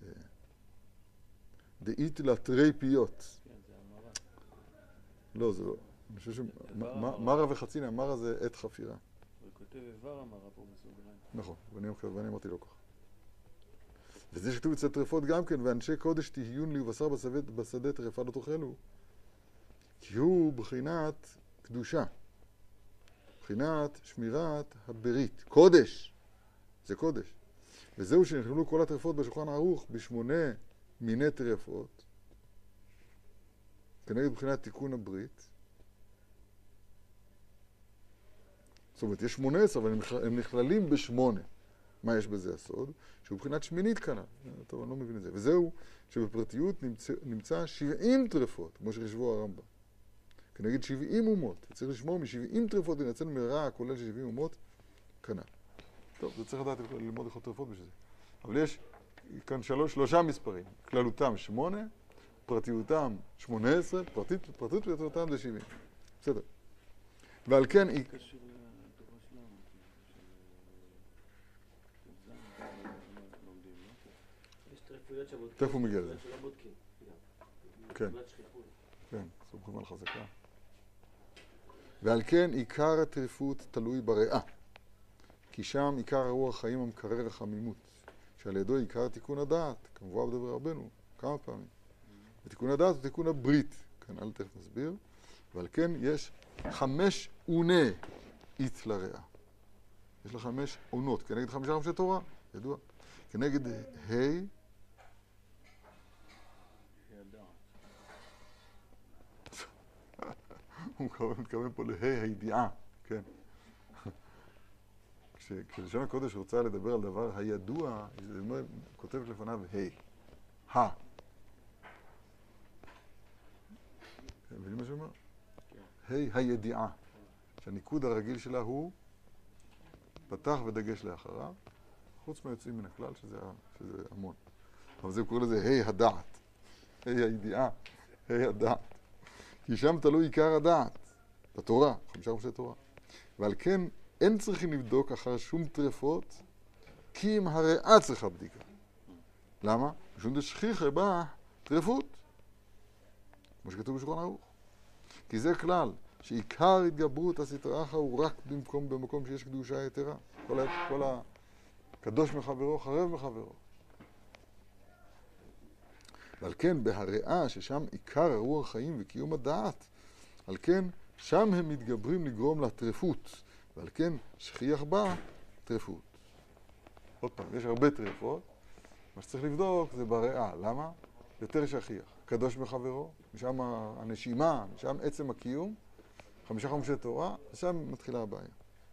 דאית לתרי פיות. כן, זה המרה. לא, זה לא. אני חושב שמרה וחצינה, מרה זה עת חפירה. הוא כותב איבר המרה פה בסוגריים. נכון, ואני אמרתי לא ככה. וזה שכתוב אצל טרפות גם כן, ואנשי קודש תהיון לי ובשר בשדה טרפה לא תאכלו. כי הוא בחינת קדושה. בחינת שמירת הברית. קודש. זה קודש. וזהו שנכללו כל הטרפות בשולחן ערוך בשמונה מיני טרפות. כנגד בחינת תיקון הברית. זאת אומרת, יש שמונה עשר, אבל הם נכללים בשמונה. מה יש בזה הסוד? שהוא בחינת שמינית כנל. טוב, אני לא מבין את זה. וזהו שבפרטיות נמצא, נמצא שבעים טרפות, כמו שחשבו הרמב"ם. כנגד שבעים אומות. צריך לשמור מ-שבעים טרפות ונצל מרע הכולל של שבעים אומות, כנל. טוב, זה צריך לדעת ללמוד איך טרפות בשביל זה. אבל יש כאן שלוש, שלושה מספרים. כללותם שמונה, פרטיותם שמונה עשרה, פרטית, פרטית פרטיותם זה שבעים. בסדר. ועל כן היא... תכף הוא מגיע לזה. כן. כן, סומכים על חזקה. ועל כן עיקר הטרפות תלוי בריאה. כי שם עיקר הרוח חיים המקרר החמימות. שעל ידו עיקר תיקון הדעת, כמובן בדבר רבנו, כמה פעמים. ותיקון הדעת הוא תיקון הברית. כאן אל תכף נסביר. ועל כן יש חמש עונה אית לריאה. יש לה חמש עונות, כנגד חמישה חמשי תורה. ידוע. כנגד ה' הוא מתכוון פה לה' הידיעה, כן. כשלשון הקודש רוצה לדבר על דבר הידוע, הוא כותב לפניו ה', ה. מבינים מה שאומר? ה' הידיעה, שהניקוד הרגיל שלה הוא פתח ודגש לאחריו, חוץ מהיוצאים מן הכלל, שזה, שזה המון. אבל זה קורא לזה ה' הדעת, ה' הידיעה, ה' הדעת. כי שם תלוי עיקר הדעת, בתורה, חמישה חומשי תורה. ועל כן אין צריכים לבדוק אחר שום טרפות, כי אם הריאה צריכה בדיקה. למה? משום דשכיחי בה טרפות, כמו שכתוב בשולחן ערוך. כי זה כלל, שעיקר התגברות הסטרא אחרא הוא רק במקום, במקום שיש קדושה יתרה. כל, ה, כל הקדוש מחברו, חרב מחברו. ועל כן בהריאה, ששם עיקר הרוח חיים וקיום הדעת, על כן שם הם מתגברים לגרום לטרפות, ועל כן שכיח בה טרפות. עוד פעם, יש הרבה טרפות, מה שצריך לבדוק זה בריאה. למה? יותר שכיח. קדוש מחברו, משם הנשימה, משם עצם הקיום, חמישה חומשי תורה, ושם מתחילה הבעיה.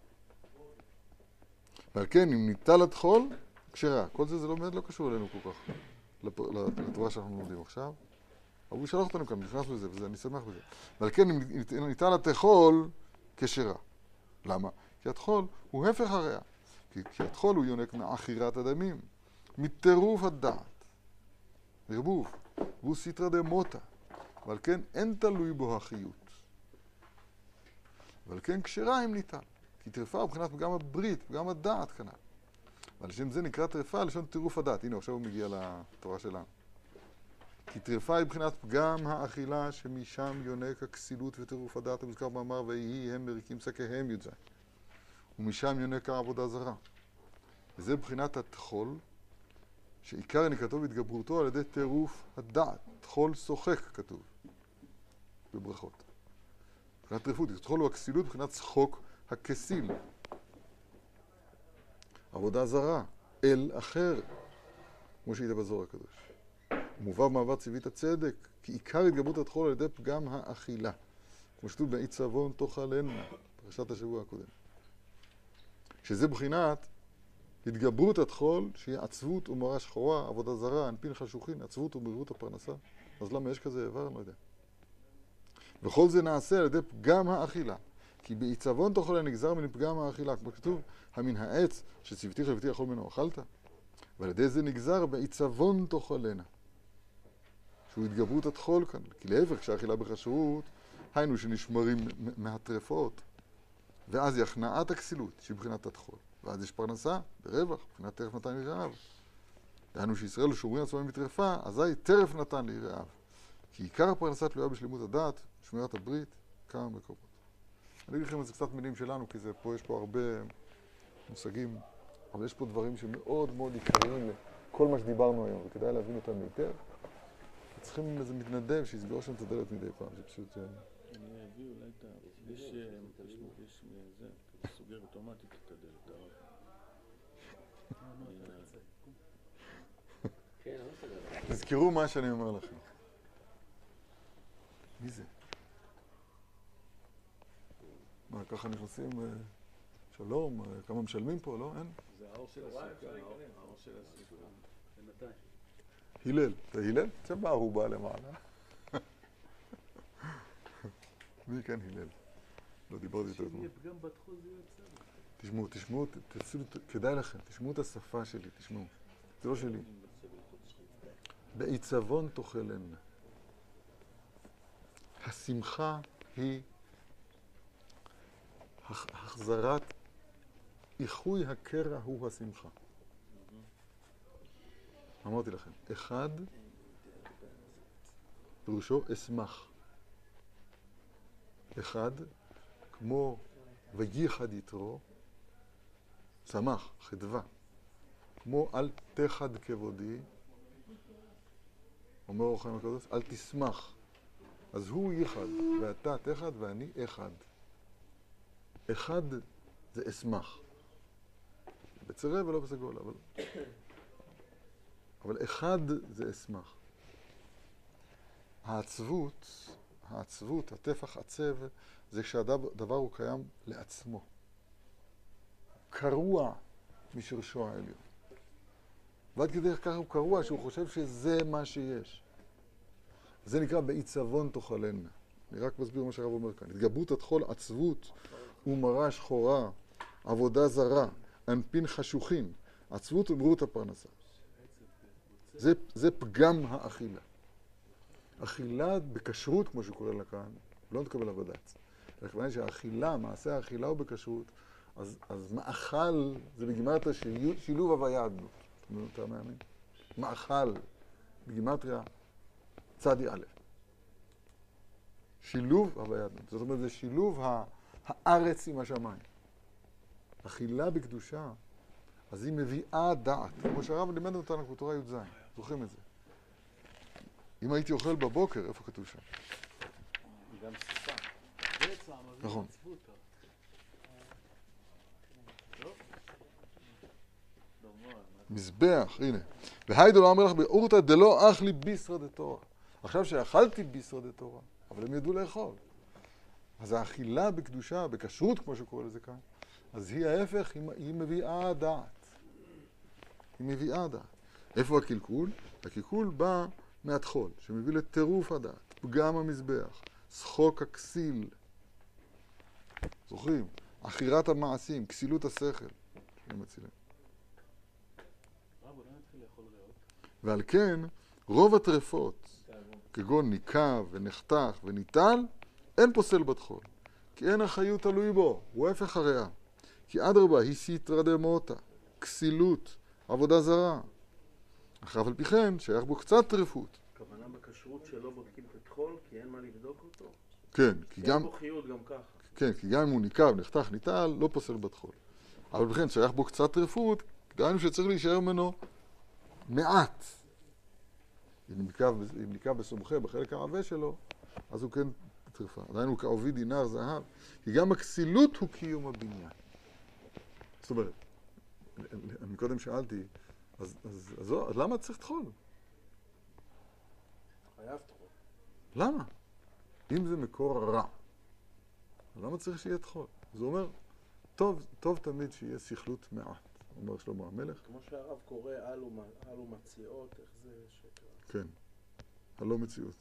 ועל כן, אם ניטל הטחול, כשרה. כל זה זה לא באמת לא קשור אלינו כל כך, לתורה שאנחנו לומדים עכשיו. אבל הוא שלח אותנו כאן, נכנסנו לזה, וזה, אני שמח בזה. ועל כן, אם ניטל הטחול, כשרה. למה? כי הטחול הוא הפך הריאה. כי, כי הטחול הוא יונק מעכירת הדמים, מטירוף הדעת, ערבוב, והוא סתרא דמותא, ועל כן אין תלוי בו החיות. ועל כן כשרה אם ניתן, כי טרפה הוא מבחינת גם הברית, גם הדעת כנ"ל. ועל שם זה נקרא טרפה לשון טירוף הדעת. הנה, עכשיו הוא מגיע לתורה שלנו. כי טרפה היא מבחינת פגם האכילה שמשם יונק הכסילות וטירוף הדעת המוזכר במאמר ויהי הם מריקים שקיהם י"ז. ומשם יונק העבודה זרה. וזה מבחינת הטחול, שעיקר יניקתו והתגברותו על ידי טירוף הדעת. טחול שוחק כתוב בברכות. מבחינת טרפות, טחול הוא הכסילות מבחינת שחוק הכסיל. עבודה זרה, אל אחר, כמו שהיית בזוהר הקדוש. מובא במעבר צבית הצדק, כי עיקר התגברות הטחול על ידי פגם האכילה. כמו שכתוב בעיצבון תאכלנה, פרשת השבוע הקודם. שזה בחינת התגברות הטחול, שהיא עצבות ומראה שחורה, עבודה זרה, אנפין חשוכין, עצבות ומרירות הפרנסה. אז למה יש כזה איבר? אני לא יודע. וכל זה נעשה על ידי פגם האכילה. כי בעיצבון תאכלנה נגזר מן פגם האכילה, כמו שכתוב, המן העץ שצוותי חלבתי יכול ממנו אכלת. ועל ידי זה נגזר בעיצבון תאכלנה. שהוא התגברות הטחול כאן. כי להפך, כשהאכילה בכשרות, היינו שנשמרים מהטרפות. ואז היא הכנעת הכסילות, שהיא בחינת הטחול. ואז יש פרנסה, ברווח, בחינת טרף נתן לי רעב. דהיינו שישראל שומרים עצמם מטרפה, אזי טרף נתן לי רעב. כי עיקר הפרנסה תלויה בשלימות הדעת, שמירת הברית, כמה מקומות. אני אגיד לכם את זה קצת מילים שלנו, כי זה, פה יש פה הרבה מושגים, אבל יש פה דברים שמאוד מאוד עיקריים לכל מה שדיברנו היום, וכדאי להבין אותם היטב. צריכים איזה מתנדב שיסגור שם את הדלת מדי פעם, זה פשוט... אני אביא אולי את ה... יש... יש... זה, סוגר אוטומטית את הדלת. תזכרו מה שאני אומר לכם. מי זה? מה, ככה נכנסים... שלום, כמה משלמים פה, לא? אין? זה האור של הסוכה, האור של הסוכה. זה נתן. הלל, זה הלל? זה מה הוא בא למעלה? מי כן הלל? לא דיברתי איתו. שיהיה פגם בתחול זה יהיה בסדר. תשמעו, תשמעו, כדאי לכם, תשמעו את השפה שלי, תשמעו. זה לא שלי. בעיצבון תאכלנה. השמחה היא החזרת, איחוי הקרע הוא השמחה. אמרתי לכם, אחד, פירושו אשמח. אחד, כמו וייחד יתרו, שמח, חדווה. כמו אל תחד כבודי, אומר אור החיים הקדוש, אל תשמח. אז הוא ייחד, ואתה תחד ואני אחד. אחד זה אשמח. בצרה ולא בסגול, אבל... אבל אחד זה אשמח. העצבות, העצבות, הטפח עצב, זה כשהדבר הוא קיים לעצמו. קרוע משרשו העליון. ועד כדי כך הוא קרוע שהוא חושב שזה מה שיש. זה נקרא בעיצבון תאכלנה. אני רק מסביר מה שהרב אומר כאן. התגברות התחול, עצבות ומרה שחורה, עבודה זרה, אנפין חשוכים, עצבות ומרות הפרנסה. זה, זה פגם האכילה. אכילה בכשרות, כמו שקורא לה כאן, לא תקבל עבודת. הכוונה שהאכילה, מעשה האכילה הוא בכשרות, אז, אז מאכל זה בגימטריה שילוב הוויה אדנות. אתה מאמין? מאכל בגימטריה צדי א'. שילוב הוויה אדנות. זאת אומרת, זה שילוב הארץ עם השמיים. אכילה בקדושה, אז היא מביאה דעת. כמו שהרב לימד אותנו בתורה י"ז. זוכרים את זה? אם הייתי אוכל בבוקר, איפה כתוב שם? גם סיסה. נכון. מזבח, הנה. והיידו לא אמר לך באורתא דלא אכלי ביסרא דתורה. עכשיו שאכלתי ביסרא דתורה, אבל הם ידעו לאכול. אז האכילה בקדושה, בכשרות, כמו שקורא לזה כאן, אז היא ההפך, היא מביאה דעת. היא מביאה דעת. איפה הקלקול? הקלקול בא מהתחול, שמביא לטירוף הדעת, פגם המזבח, שחוק הכסיל. זוכרים? עכירת המעשים, כסילות השכל. אני מצילים. ועל כן, רוב הטרפות, כגון ניקב ונחתך וניטל, אין פוסל בתחול. כי אין החיות תלוי בו, הוא הפך הריאה. כי אדרבה היא סיטרא דמותא, כסילות, עבודה זרה. אך אף על פי כן, שייך בו קצת טרפות. הכוונה בכשרות שלא בודקים את הטחול, כי אין מה לבדוק אותו? כן, כי גם... אין בו חיות גם ככה. כן, כי גם אם הוא ניקב, נחתך, ניטל, לא פוסל בתחול. אבל בכן, שייך בו קצת טרפות, דהיינו שצריך להישאר ממנו מעט. אם ניקב, אם ניקב בסומכה בחלק העבה שלו, אז הוא כן טרפה. דהיינו כעובי דינר זהב. כי גם הכסילות הוא קיום הבניין. זאת אומרת, אני קודם שאלתי, אז, אז, אז, אז למה צריך טחול? חייב טחול. למה? אם זה מקור רע, למה צריך שיהיה טחול? זה אומר, טוב, טוב תמיד שיהיה סכלות מעט, אומר שלמה המלך. כמו שהרב קורא, אלו מציאות, איך זה שקר? כן, הלא מציאות.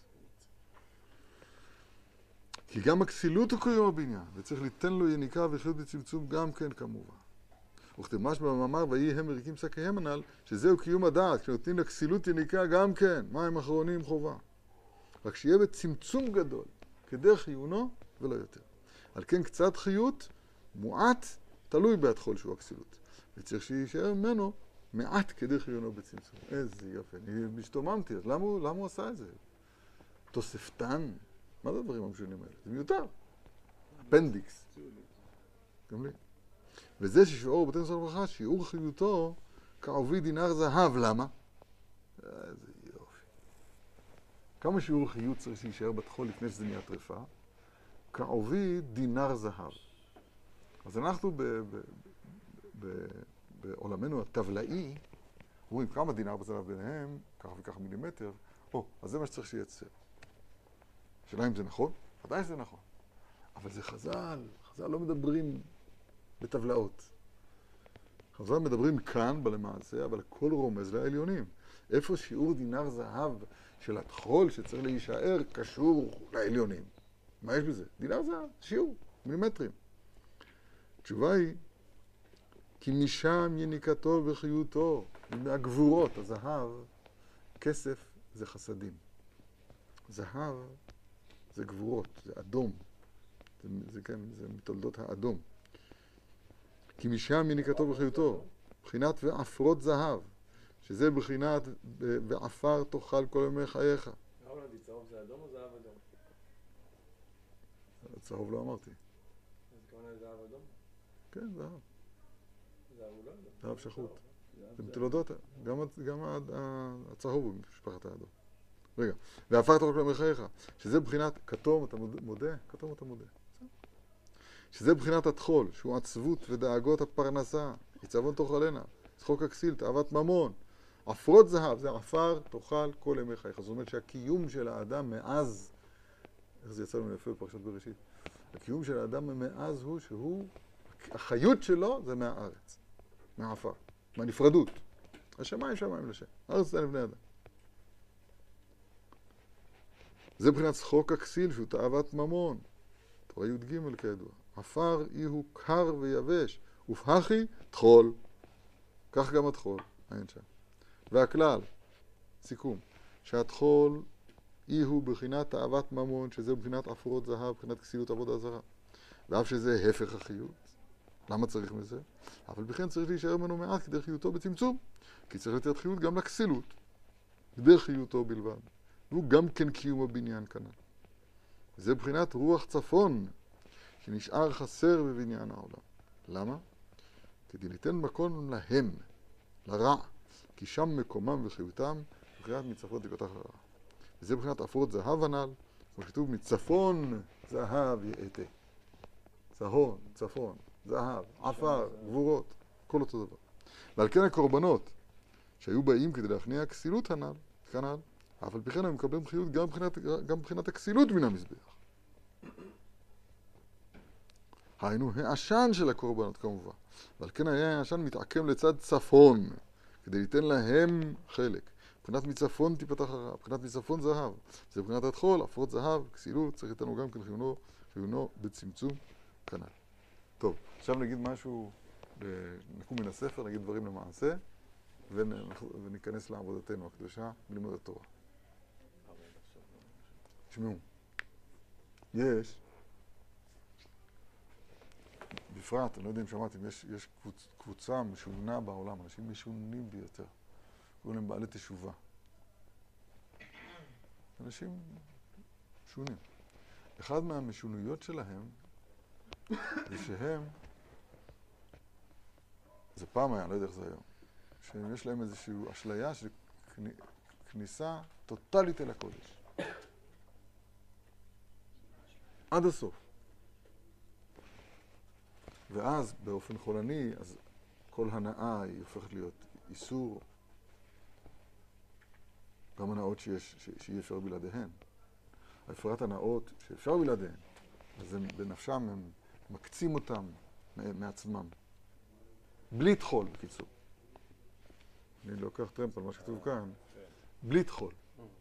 כי גם הכסילות הוא קיום הבניין, וצריך ליתן לו יניקה וחיות בצמצום גם כן כמובן. וכתמש במאמר, ויהי הם מריקים שקיהם הנ"ל, שזהו קיום הדעת, כשנותנים לכסילות יניקה גם כן, מים אחרונים חובה. רק שיהיה בצמצום גדול, כדרך חיונו ולא יותר. על כן קצת חיות, מועט, תלוי בהתחול שהוא הכסילות. וצריך שישאר ממנו מעט כדרך חיונו בצמצום. איזה יופי, אני השתוממתי, אז למה, למה הוא עשה את זה? תוספתן? מה זה הדברים המשונים האלה? זה מיותר. אפנדיקס. גם לי. וזה ששיעור בבתי נשוא לברכה, שיעור חיותו כעובי דינר זהב. למה? איזה יופי. כמה שיעור חיות צריך שישאר בתחול לפני שזה נהיה טרפה? כעובי דינר זהב. אז אנחנו ב- ב- ב- ב- בעולמנו הטבלאי, רואים כמה דינר בזהב ביניהם, כך וכך מילימטר, או, אז זה מה שצריך שייצר. השאלה אם זה נכון? ודאי שזה נכון. אבל זה חז"ל, חז"ל לא מדברים בטבלאות. חז"ל מדברים כאן בלמעשה, אבל הכל רומז לעליונים. איפה שיעור דינר זהב של הטחול שצריך להישאר קשור לעליונים? מה יש בזה? דינר זהב, שיעור, מילימטרים. התשובה היא, כי משם יניקתו וחיותו, מהגבורות, הזהב, כסף זה חסדים. זהב זה גבורות, זה אדום. זה, זה כן, זה מתולדות האדום. כי משם יניקתו וחיותו, בחינת ועפרות זהב, שזה בחינת ועפר תאכל כל ימי חייך. לא אמרתי, צהוב זה אדום או זהב אדום? צהוב לא אמרתי. אז כמובן זהב אדום? כן, זהב. זהב הוא לא אדום. זהב שחוט. זה מתולדות, גם, גם הצהוב הוא משפחת האדום. רגע, ועפר תאכל כל ימי חייך, שזה בחינת כתום אתה מודה, כתום אתה מודה. שזה בחינת הטחול, שהוא עצבות ודאגות הפרנסה. עיצבון תאכלנה, צחוק הכסיל, תאוות ממון, עפרות זהב, זה עפר תאכל כל ימי חייך. זאת אומרת שהקיום של האדם מאז, איך זה יצא לנו יפה בפרשת בראשית, הקיום של האדם מאז הוא שהוא, החיות שלו זה מהארץ, מהעפר, מהנפרדות. השמיים שמיים לשם, הארץ זה לבני אדם. זה מבחינת צחוק הכסיל שהוא תאוות ממון. תורה י"ג כידוע. עפר אי הוא קר ויבש, ופחי תחול. כך גם התחול, אין שם. והכלל, סיכום, שהתחול אי הוא בחינת תאוות ממון, שזה בחינת עפרות זהב, בחינת כסילות עבודה זרה. ואף שזה הפך החיות. למה צריך מזה? אבל בכן צריך להישאר ממנו מעט כדי חיותו בצמצום. כי צריך לתת חיות גם לכסילות, כדי חיותו בלבד. והוא גם כן קיום הבניין כנ"ל. זה בחינת רוח צפון, שנשאר חסר בבניין העולם. למה? כדי ליתן מקום להם, לרע, כי שם מקומם וחיותם, בחינת מצפון תיפתח הרע. וזה בחינת עפרות זהב הנ"ל, כמו שכתוב מצפון זהב יאתה. צהון, צפון, זהב, עפר, גבורות, כל אותו דבר. ועל כן הקורבנות שהיו באים כדי להכניע הכסילות הנ"ל, כנ"ל, אבל בכן הם מקבלים חיות גם מבחינת, גם מבחינת הכסילות מן המזבח. היינו העשן של הקורבנות כמובן. ועל כן היה העשן מתעקם לצד צפון, כדי ליתן להם חלק. מבחינת מצפון תיפתח הרע, מבחינת מצפון זהב. זה מבחינת התחול, עפרות זהב, כסילות, צריך איתנו גם כן חיונו, חיונו בצמצום כנ"ל. טוב, עכשיו נגיד משהו, נקום מן הספר, נגיד דברים למעשה, וניכנס לעבודתנו הקדושה בלימוד התורה. תשמעו, יש, בפרט, אני לא יודע אם שמעתם, יש, יש קבוצ, קבוצה משונה בעולם, אנשים משונים ביותר. קוראים להם בעלי תשובה. אנשים משונים. אחד מהמשונויות שלהם זה שהם, זה פעם היה, אני לא יודע איך זה היום, שיש להם איזושהי אשליה של כניסה טוטלית אל הקודש. עד הסוף. ואז באופן חולני, אז כל הנאה היא הופכת להיות איסור. גם הנאות שיש, ש, שאי אפשר בלעדיהן. הפרת הנאות שאפשר בלעדיהן, אז הם, בנפשם הם מקצים אותם מעצמם. בלי תחול, בקיצור. אני לוקח טרמפ על מה שכתוב כאן. בלי תחול.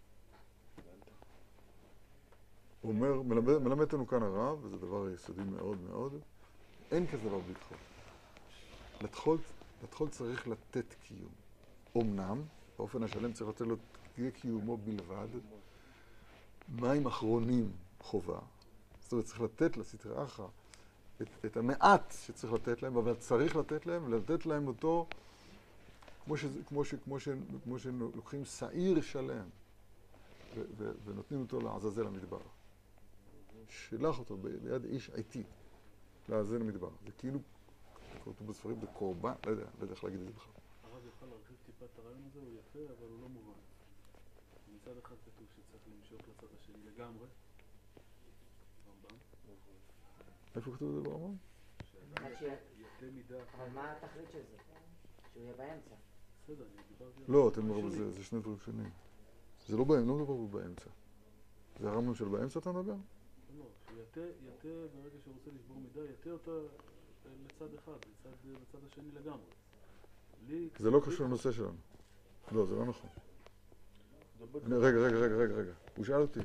הוא אומר, מלמד, מלמד לנו כאן הרב, וזה דבר יסודי מאוד מאוד, אין כזה דבר בלי תחול. לתחול, לתחול צריך לתת קיום. אמנם, באופן השלם צריך לתת לו קיומו בלבד, מים אחרונים חובה. זאת אומרת, צריך לתת לסתרי אחרא את, את המעט שצריך לתת להם, אבל צריך לתת להם, לתת להם אותו כמו, שזה, כמו, ש, כמו, ש, כמו שלוקחים שעיר שלם ו, ו, ונותנים אותו לעזאזל המדבר. שלח אותו ביד איש עיתי לעזאזל המדבר. זה כאילו, כתוב בספרים, זה קורבן, לא יודע, לא יודע איך להגיד את זה בכלל. הרב יוכל להרחיב טיפה את הרעיון הזה, הוא יפה, אבל הוא לא מובן. מצד אחד כתוב שצריך למשוך לצד השני לגמרי. רמב"ם. איפה כתוב את זה ברמב"ם? יתה מידה. אבל מה התכלית של זה? שהוא יהיה באמצע. בסדר, אני דיברתי על... לא, אתם אומרים, זה שני דברים שונים. זה לא באמצע, לא מדבר באמצע. זה הרמב"ם של באמצע אתה מדבר? לא, שיתה, יתה, ברגע שהוא רוצה לשבור מידה, יתה אותה לצד אחד, לצד השני לגמרי. זה לא קשור לנושא שלנו. לא, זה לא נכון. רגע, רגע, רגע, רגע, רגע. הוא שאל אותי.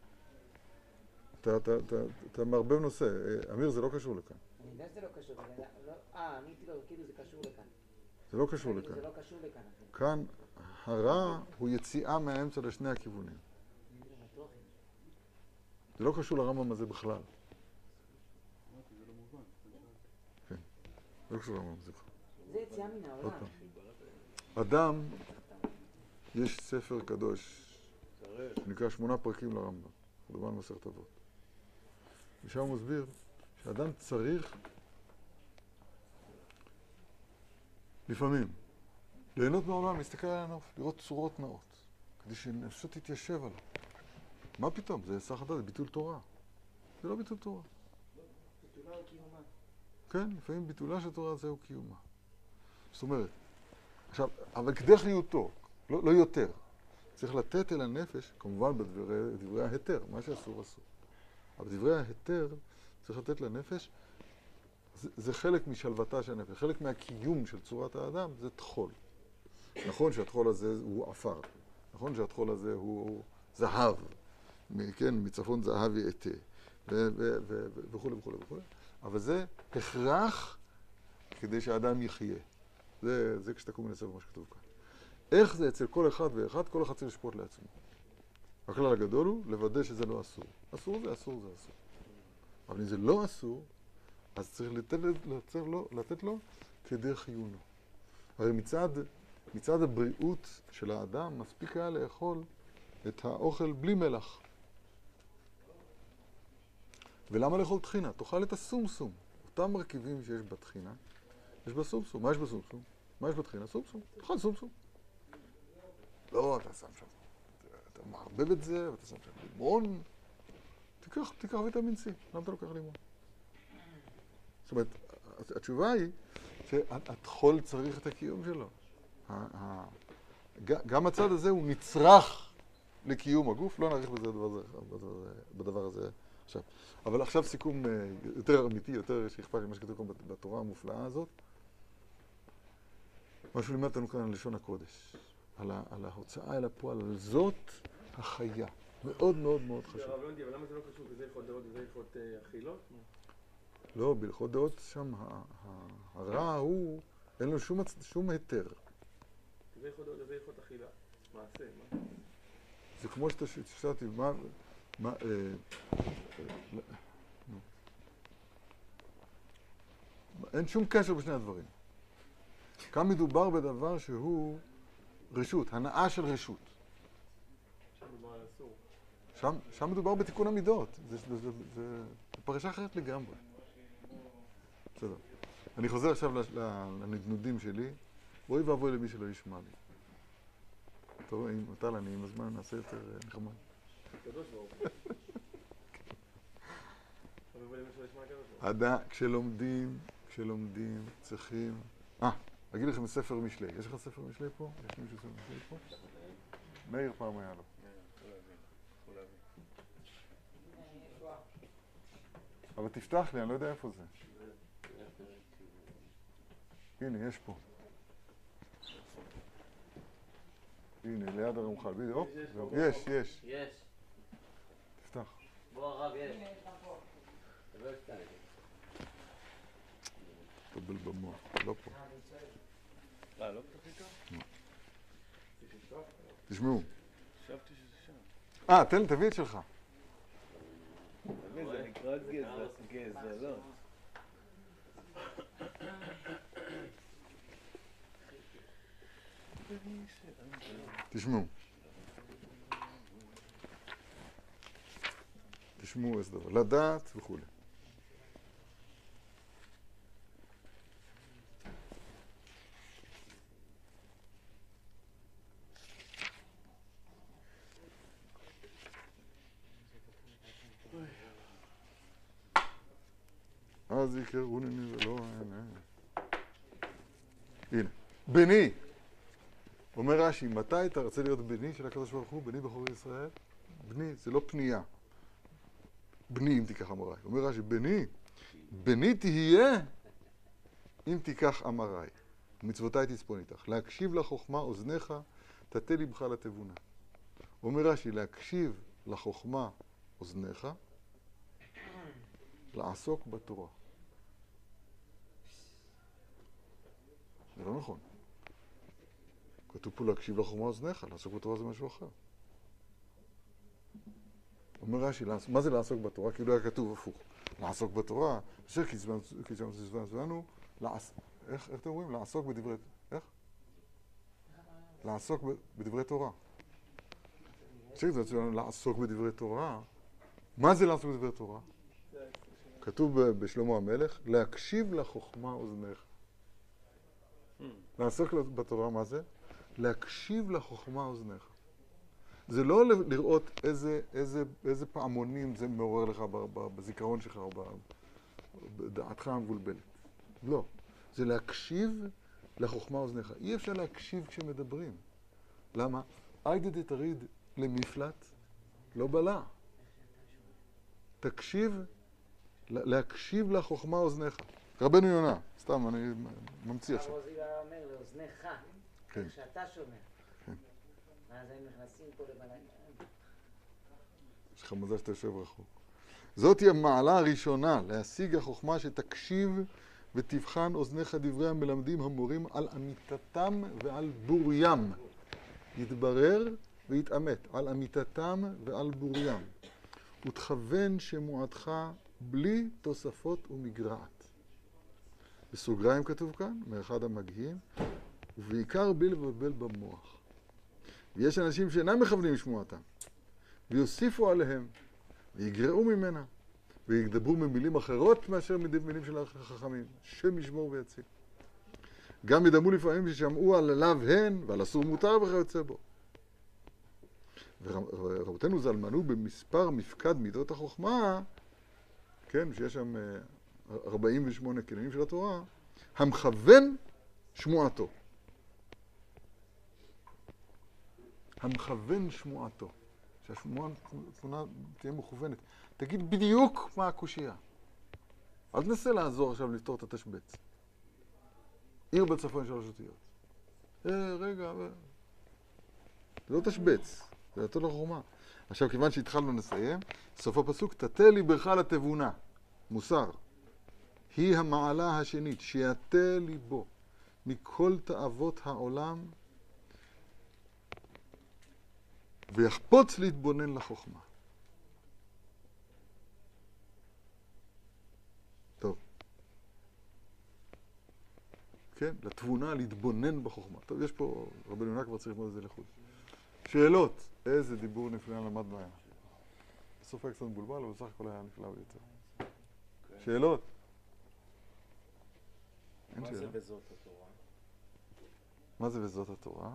אתה מערבב נושא. אמיר, זה לא קשור לכאן. אני יודע שזה לא קשור, אבל... אה, עניתי לו, כאילו זה קשור לכאן. זה לא קשור לכאן. זה לא קשור לכאן. כאן, הרע הוא יציאה מהאמצע לשני הכיוונים. זה לא קשור לרמב"ם הזה בכלל. אמרתי, זה לא מובן. כן, זה לא קשור לרמב"ם הזה בכלל. זה יציאה מן העולם. אדם, יש ספר קדוש, שנקרא שמונה פרקים לרמב"ם, מדובר על מסכת אבות. ושם הוא מסביר שאדם צריך לפעמים ליהנות מהעולם, להסתכל על הנוף, לראות צורות נאות, כדי שנפשו תתיישב עליו. מה פתאום? זה סך הדעת, זה ביטול תורה. זה לא ביטול תורה. ביטולה או קיומה? כן, לפעמים ביטולה של תורה זהו קיומה. זאת אומרת, עכשיו, אבל כדי חיותו, לא, לא יותר. צריך לתת אל הנפש, כמובן בדברי דברי ההיתר, מה שאסור אסור. אבל דברי ההיתר צריך לתת לנפש, זה, זה חלק משלוותה של הנפש, חלק מהקיום של צורת האדם זה תחול. נכון שהתחול הזה הוא עפר, נכון שהתחול הזה הוא זהב, כן, מצפון זהב יעטה, וכו' וכו' וכו', אבל זה הכרח כדי שהאדם יחיה. זה, זה כשתקום מן הספר מה שכתוב כאן. איך זה אצל כל אחד ואחד, כל אחד צריך לשפוט לעצמו. הכלל הגדול הוא לוודא שזה לא אסור. אסור זה אסור זה אסור. אבל אם זה לא אסור, אז צריך לתת, צריך לו, לתת לו כדרך עיונו. הרי מצד, מצד הבריאות של האדם מספיק היה לאכול את האוכל בלי מלח. ולמה לאכול טחינה? תאכל את הסומסום. אותם מרכיבים שיש בטחינה, יש בסומסום. מה יש בסומסום? מה יש בטחינה? סומסום. תאכל סומסום. לא, אתה שם שם. אתה מערבב את זה, ואתה שם שם לימון. תיקח, תיקח ויטמין C. למה אתה לוקח לימון? זאת אומרת, התשובה היא שהטחול צריך את הקיום שלו. גם הצד הזה הוא נצרך לקיום הגוף. לא נאריך בזה בדבר הזה עכשיו. אבל עכשיו סיכום יותר אמיתי, יותר שאכפת לי מה שכתוב כאן בתורה המופלאה הזאת. משהו לימד אותנו כאן על לשון הקודש. על, ה, על ההוצאה אל הפועל, על זאת החיה. מאוד מאוד מאוד חשוב. הרב לונדי, אבל למה זה לא קשור בזה הלכות דעות וזה הלכות אכילות? לא, בהלכות דעות שם הרע הוא, אין לו שום, שום היתר. זה הלכות דעות וזה הלכות אכילה. מעשה, מה? זה כמו שתשאלתי, מה... מה אין שום קשר בשני הדברים. כאן מדובר בדבר שהוא רשות, הנאה של רשות. שם מדובר על אסור. שם, שם מדובר בתיקון המידות. זה, זה, זה, זה פרשה אחרת לגמרי. בסדר. אני חוזר עכשיו לנדנודים שלי. בואי ואבוי למי שלא ישמע לי. טוב, אם אתה אני עם הזמן נעשה יותר נחמד. קדוש ברוך. עדה, כשלומדים, כשלומדים, צריכים... אה, אגיד לכם ספר משלי. יש לך ספר משלי פה? יש מישהו ספר משלי פה? מאיר פעם היה לו. אבל תפתח לי, אני לא יודע איפה זה. הנה, יש פה. הנה, ליד הרמח"ל. בדיוק. יש, יש. יש. תפתח. בוא הרב, יש. תבל במוח. לא פה. אה, לא פתח איתו? תשמעו. חשבתי שזה שם. אה, תן, תביא את שלך. זה נקרא גזע, גזע, לא. תשמעו. תשמעו איזה דבר. לדעת וכו'. אז יקראוני ולא הנה. הנה. בני. אומר רש"י, מתי אתה רוצה להיות בני של הקדוש ברוך הוא? בני בחורי ישראל? בני, זה לא פנייה. בני אם תיקח אמריי. אומר רש"י, בני, בני תהיה אם תיקח אמריי. מצוותיי תצפון איתך. להקשיב לחוכמה אוזניך, תטה לבך לתבונה. אומר רש"י, להקשיב לחוכמה אוזניך, לעסוק בתורה. זה לא נכון. כתוב פה להקשיב לחוכמה אוזניך, לעסוק בתורה זה משהו אחר. אומר רש"י, מה זה לעסוק בתורה? כאילו היה כתוב הפוך. לעסוק בתורה, אשר כזמן זמננו, איך אתם אומרים? לעסוק בדברי... איך? לעסוק בדברי תורה. אשר כזמן זמננו, לעסוק בדברי תורה. מה זה לעסוק בדברי תורה? כתוב בשלמה המלך, להקשיב לחוכמה אוזניך. לעסוק בתורה, מה זה? להקשיב לחוכמה אוזניך. זה לא לראות איזה, איזה, איזה פעמונים זה מעורר לך בזיכרון שלך או בדעתך המבולבלת. לא. זה להקשיב לחוכמה אוזניך. אי אפשר להקשיב כשמדברים. למה? איידה דתריד למפלט, לא בלה. תקשיב, להקשיב לחוכמה אוזניך. רבנו יונה, סתם, אני ממציא עכשיו. הרב עוזי אומר לאוזניך, איך שאתה שומע. ואז הם נכנסים פה לבלגן. יש לך מזל שאתה יושב רחוק. זאת היא המעלה הראשונה, להשיג החוכמה שתקשיב ותבחן אוזניך דברי המלמדים המורים על אמיתתם ועל בוריים. יתברר ויתאמת על אמיתתם ועל בוריים. ותכוון שמועתך בלי תוספות ומגרעת. בסוגריים כתוב כאן, מאחד המגהים, ובעיקר בלי לבלבל במוח. ויש אנשים שאינם מכוונים שמועתם, ויוסיפו עליהם, ויגרעו ממנה, וידברו ממילים אחרות מאשר מילים של החכמים, שם ישמור ויציל. גם ידמו לפעמים ששמעו על לאו הן ועל אסור מותר וכיוצא בו. ורבותינו ז"ל מנו במספר מפקד מידות החוכמה, כן, שיש שם ארבעים ושמונה כלים של התורה, המכוון שמועתו. המכוון שמועתו. שהשמועה תהיה מכוונת. תגיד בדיוק מה הקושייה. אל תנסה לעזור עכשיו לפתור את התשבץ. עיר בצפון שלוש אותיות. אה, רגע, זה לא תשבץ, זה יותר לחוכמה. עכשיו, כיוון שהתחלנו נסיים, סוף הפסוק, תתה ליבך לתבונה, מוסר. היא המעלה השנית, שיתה ליבו מכל תאוות העולם, ויחפוץ להתבונן לחוכמה. טוב. כן, לתבונה, להתבונן בחוכמה. טוב, יש פה, רבי יונה כבר צריך ללמוד את זה לחוד. שאלות. איזה דיבור נפלא למד בהם. בסוף היה קצת מבולבל, אבל בסך הכל היה נפלא ביותר. שאלות. מה זה וזאת התורה? מה זה וזאת התורה?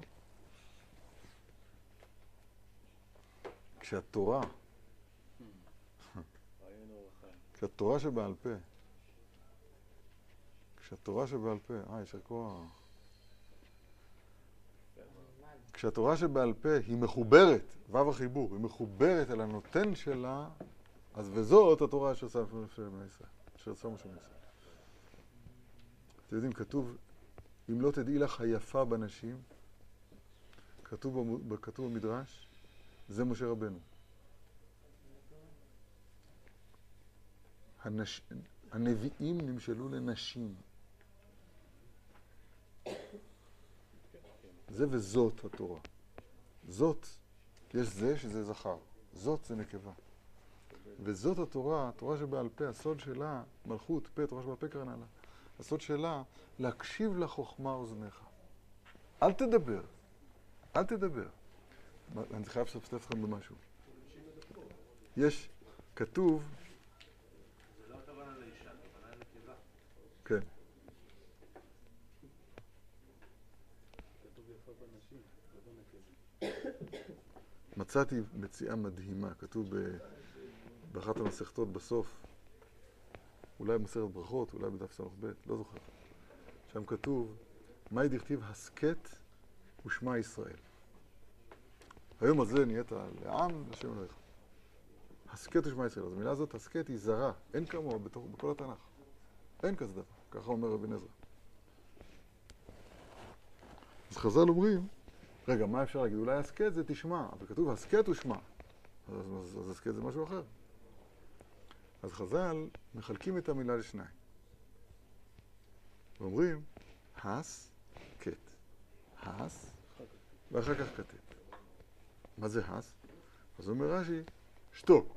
כשהתורה, כשהתורה שבעל פה, כשהתורה שבעל פה, אה, יש הכל. כשהתורה שבעל פה היא מחוברת, וו החיבור, היא מחוברת אל הנותן שלה, אז וזאת התורה אשר עשה בני ישראל, אשר עשה משה בני ישראל. אתם יודעים, כתוב, אם לא תדעי לך היפה בנשים, כתוב, כתוב במדרש, זה משה רבנו. הנש... הנביאים נמשלו לנשים. זה וזאת התורה. זאת, יש זה שזה זכר. זאת זה נקבה. וזאת התורה, התורה שבעל פה, הסוד שלה, מלכות, פה, תורה שבעל פה קרנה לה. הסוד שלה, להקשיב לחוכמה אוזניך. אל תדבר. אל תדבר. אני חייב לספסף אתכם במשהו. יש, כתוב... זה לא הכוונה לאישה, הכוונה לנקבה. כן. כתוב יפה בנשים, לא בנקבה. מצאתי מציאה מדהימה, כתוב באחת המסכתות בסוף, אולי במסכת ברכות, אולי בדף ס"ב, לא זוכר. שם כתוב, מאי דכתיב הסכת ושמע ישראל. היום הזה נהיית לעם לשם אלוהיך. הסכת ושמע ישראל. אז המילה הזאת, הסכת, היא זרה. אין כמוה בכל התנ"ך. אין כזה דבר. ככה אומר רבי נזרא. אז חז"ל אומרים, רגע, מה אפשר להגיד? אולי הסכת זה תשמע, אבל כתוב הסכת ושמע. אז, אז, אז הסכת זה משהו אחר. אז חז"ל מחלקים את המילה לשניים. ואומרים, הס, כת. הס, ואחר כך כתת. מה זה הס? אז אומר רש"י, שתוק.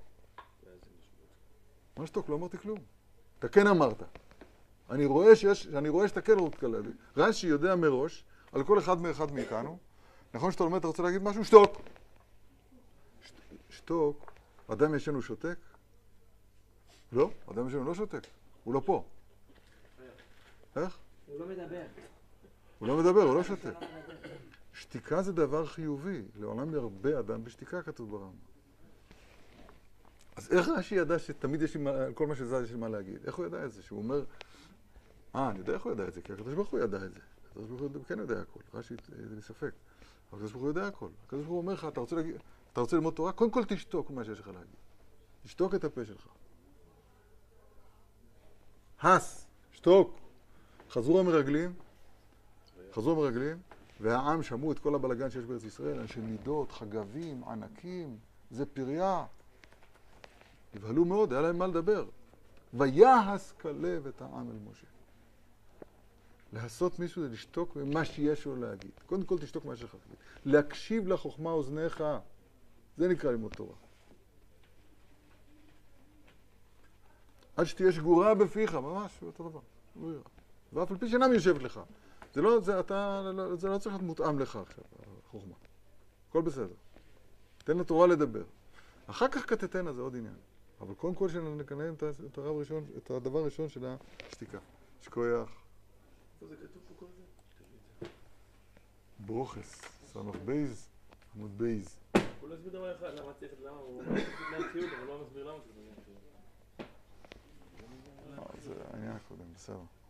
מה שתוק? לא אמרתי כלום. אתה כן אמרת. אני רואה שיש, אני רואה שאתה כן לא מתקלל. רש"י יודע מראש, על כל אחד מאחד מאיתנו, נכון שאתה לומד, אתה רוצה להגיד משהו? שתוק. שת, שתוק. אדם ישן שותק? לא, אדם ישן לא שותק. הוא לא פה. איך? הוא לא מדבר. הוא לא מדבר, הוא לא שותק. שתיקה זה דבר חיובי. לעולם ירבה אדם בשתיקה, כתוב ברמב"ם. אז איך רש"י ידע שתמיד יש לי מה, כל מה שזז יש לי מה להגיד? איך הוא ידע את זה? שהוא אומר, אה, אני יודע איך הוא ידע את זה, כי הקדוש ברוך הוא ידע את זה. הקדוש ברוך הוא כן יודע הכל, רש"י זה מספק. אבל הקדוש ברוך הוא יודע הכל. הקדוש ברוך הוא אומר לך, אתה רוצה, להגיד, אתה רוצה ללמוד תורה? קודם כל תשתוק מה שיש לך להגיד. תשתוק את הפה שלך. הס, שתוק. חזרו המרגלים, חזרו המרגלים, והעם שמעו את כל הבלגן שיש בארץ ישראל, אנשי מידות, חגבים, ענקים, זה פריה. נבהלו מאוד, היה להם מה לדבר. ויהס כלב את העם אל משה. לעשות מישהו זה לשתוק ממה שיש לו להגיד. קודם כל תשתוק מה שיש לך להגיד. להקשיב לחוכמה אוזניך, זה נקרא ללמוד תורה. עד שתהיה שגורה בפיך, ממש, אותו דבר. ואף על פי שאינם יושבת לך. זה לא, זה, אתה, זה לא צריך להיות מותאם לך עכשיו, החוכמה. הכל בסדר. תן לתורה לדבר. אחר כך כתתנה, זה עוד עניין. אבל קודם כל שנקנאים את הרב ראשון, את הדבר הראשון של השתיקה. שכוייח. זה כתוב פה כל זה? ברוכס, סמך בייז, עמוד בייז. הוא לא הסביר דבר אחד, למה צריך, למה הוא מסביר להם ציוד, אבל לא מסביר למה צריך. זה העניין הקודם, בסדר.